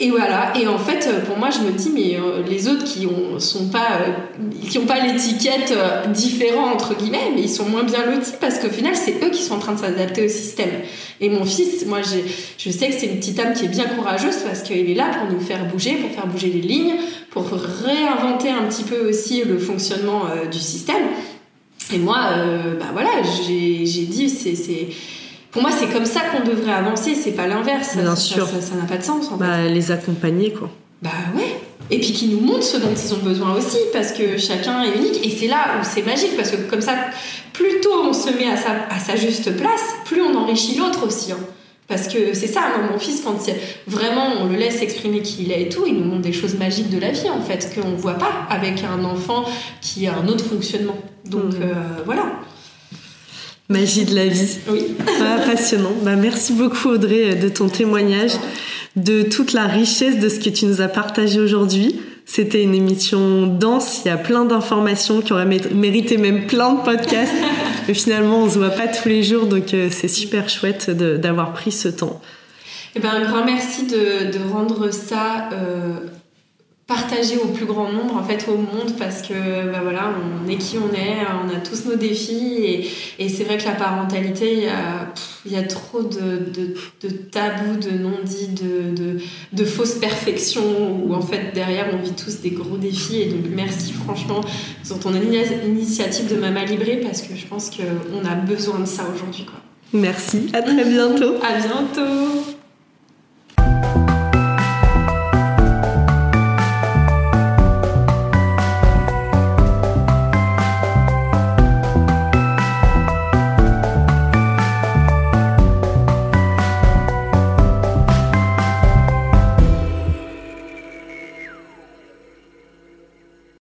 Et voilà, et en fait, pour moi, je me dis, mais euh, les autres qui ont, sont pas, euh, qui ont pas l'étiquette euh, différente, entre guillemets, mais ils sont moins bien lotis parce qu'au final, c'est eux qui sont en train de s'adapter au système. Et mon fils, moi, j'ai, je sais que c'est une petite âme qui est bien courageuse parce qu'il est là pour nous faire bouger, pour faire bouger les lignes, pour réinventer un petit peu aussi le fonctionnement euh, du système. Et moi, euh, bah voilà, j'ai, j'ai dit, c'est... c'est pour moi, c'est comme ça qu'on devrait avancer, c'est pas l'inverse. Bien ça, sûr. Ça, ça, ça n'a pas de sens, en bah, fait. Les accompagner, quoi. Bah ouais. Et puis qui nous montrent ce dont ils ont besoin aussi, parce que chacun est unique. Et c'est là où c'est magique, parce que comme ça, plus tôt on se met à sa, à sa juste place, plus on enrichit l'autre aussi. Hein. Parce que c'est ça, moi, mon fils, quand c'est, vraiment on le laisse exprimer qui il est et tout, il nous montre des choses magiques de la vie, en fait, qu'on voit pas avec un enfant qui a un autre fonctionnement. Donc mmh. euh, voilà. Magie de la vie. Oui. Ah, passionnant. Bah, merci beaucoup Audrey de ton témoignage, de toute la richesse de ce que tu nous as partagé aujourd'hui. C'était une émission dense, il y a plein d'informations qui auraient mérité même plein de podcasts. Mais finalement, on se voit pas tous les jours, donc euh, c'est super chouette de, d'avoir pris ce temps. Eh ben, un grand merci de, de rendre ça... Euh... partager au plus grand nombre en fait au monde parce que bah voilà on est qui on est, on a tous nos défis et, et c'est vrai que la parentalité il y a, il y a trop de, de, de tabous, de non-dits, de, de, de fausses perfections où en fait derrière on vit tous des gros défis et donc merci franchement pour ton initiative de Mama Libré parce que je pense qu'on a besoin de ça aujourd'hui quoi. Merci, à très bientôt. À bientôt.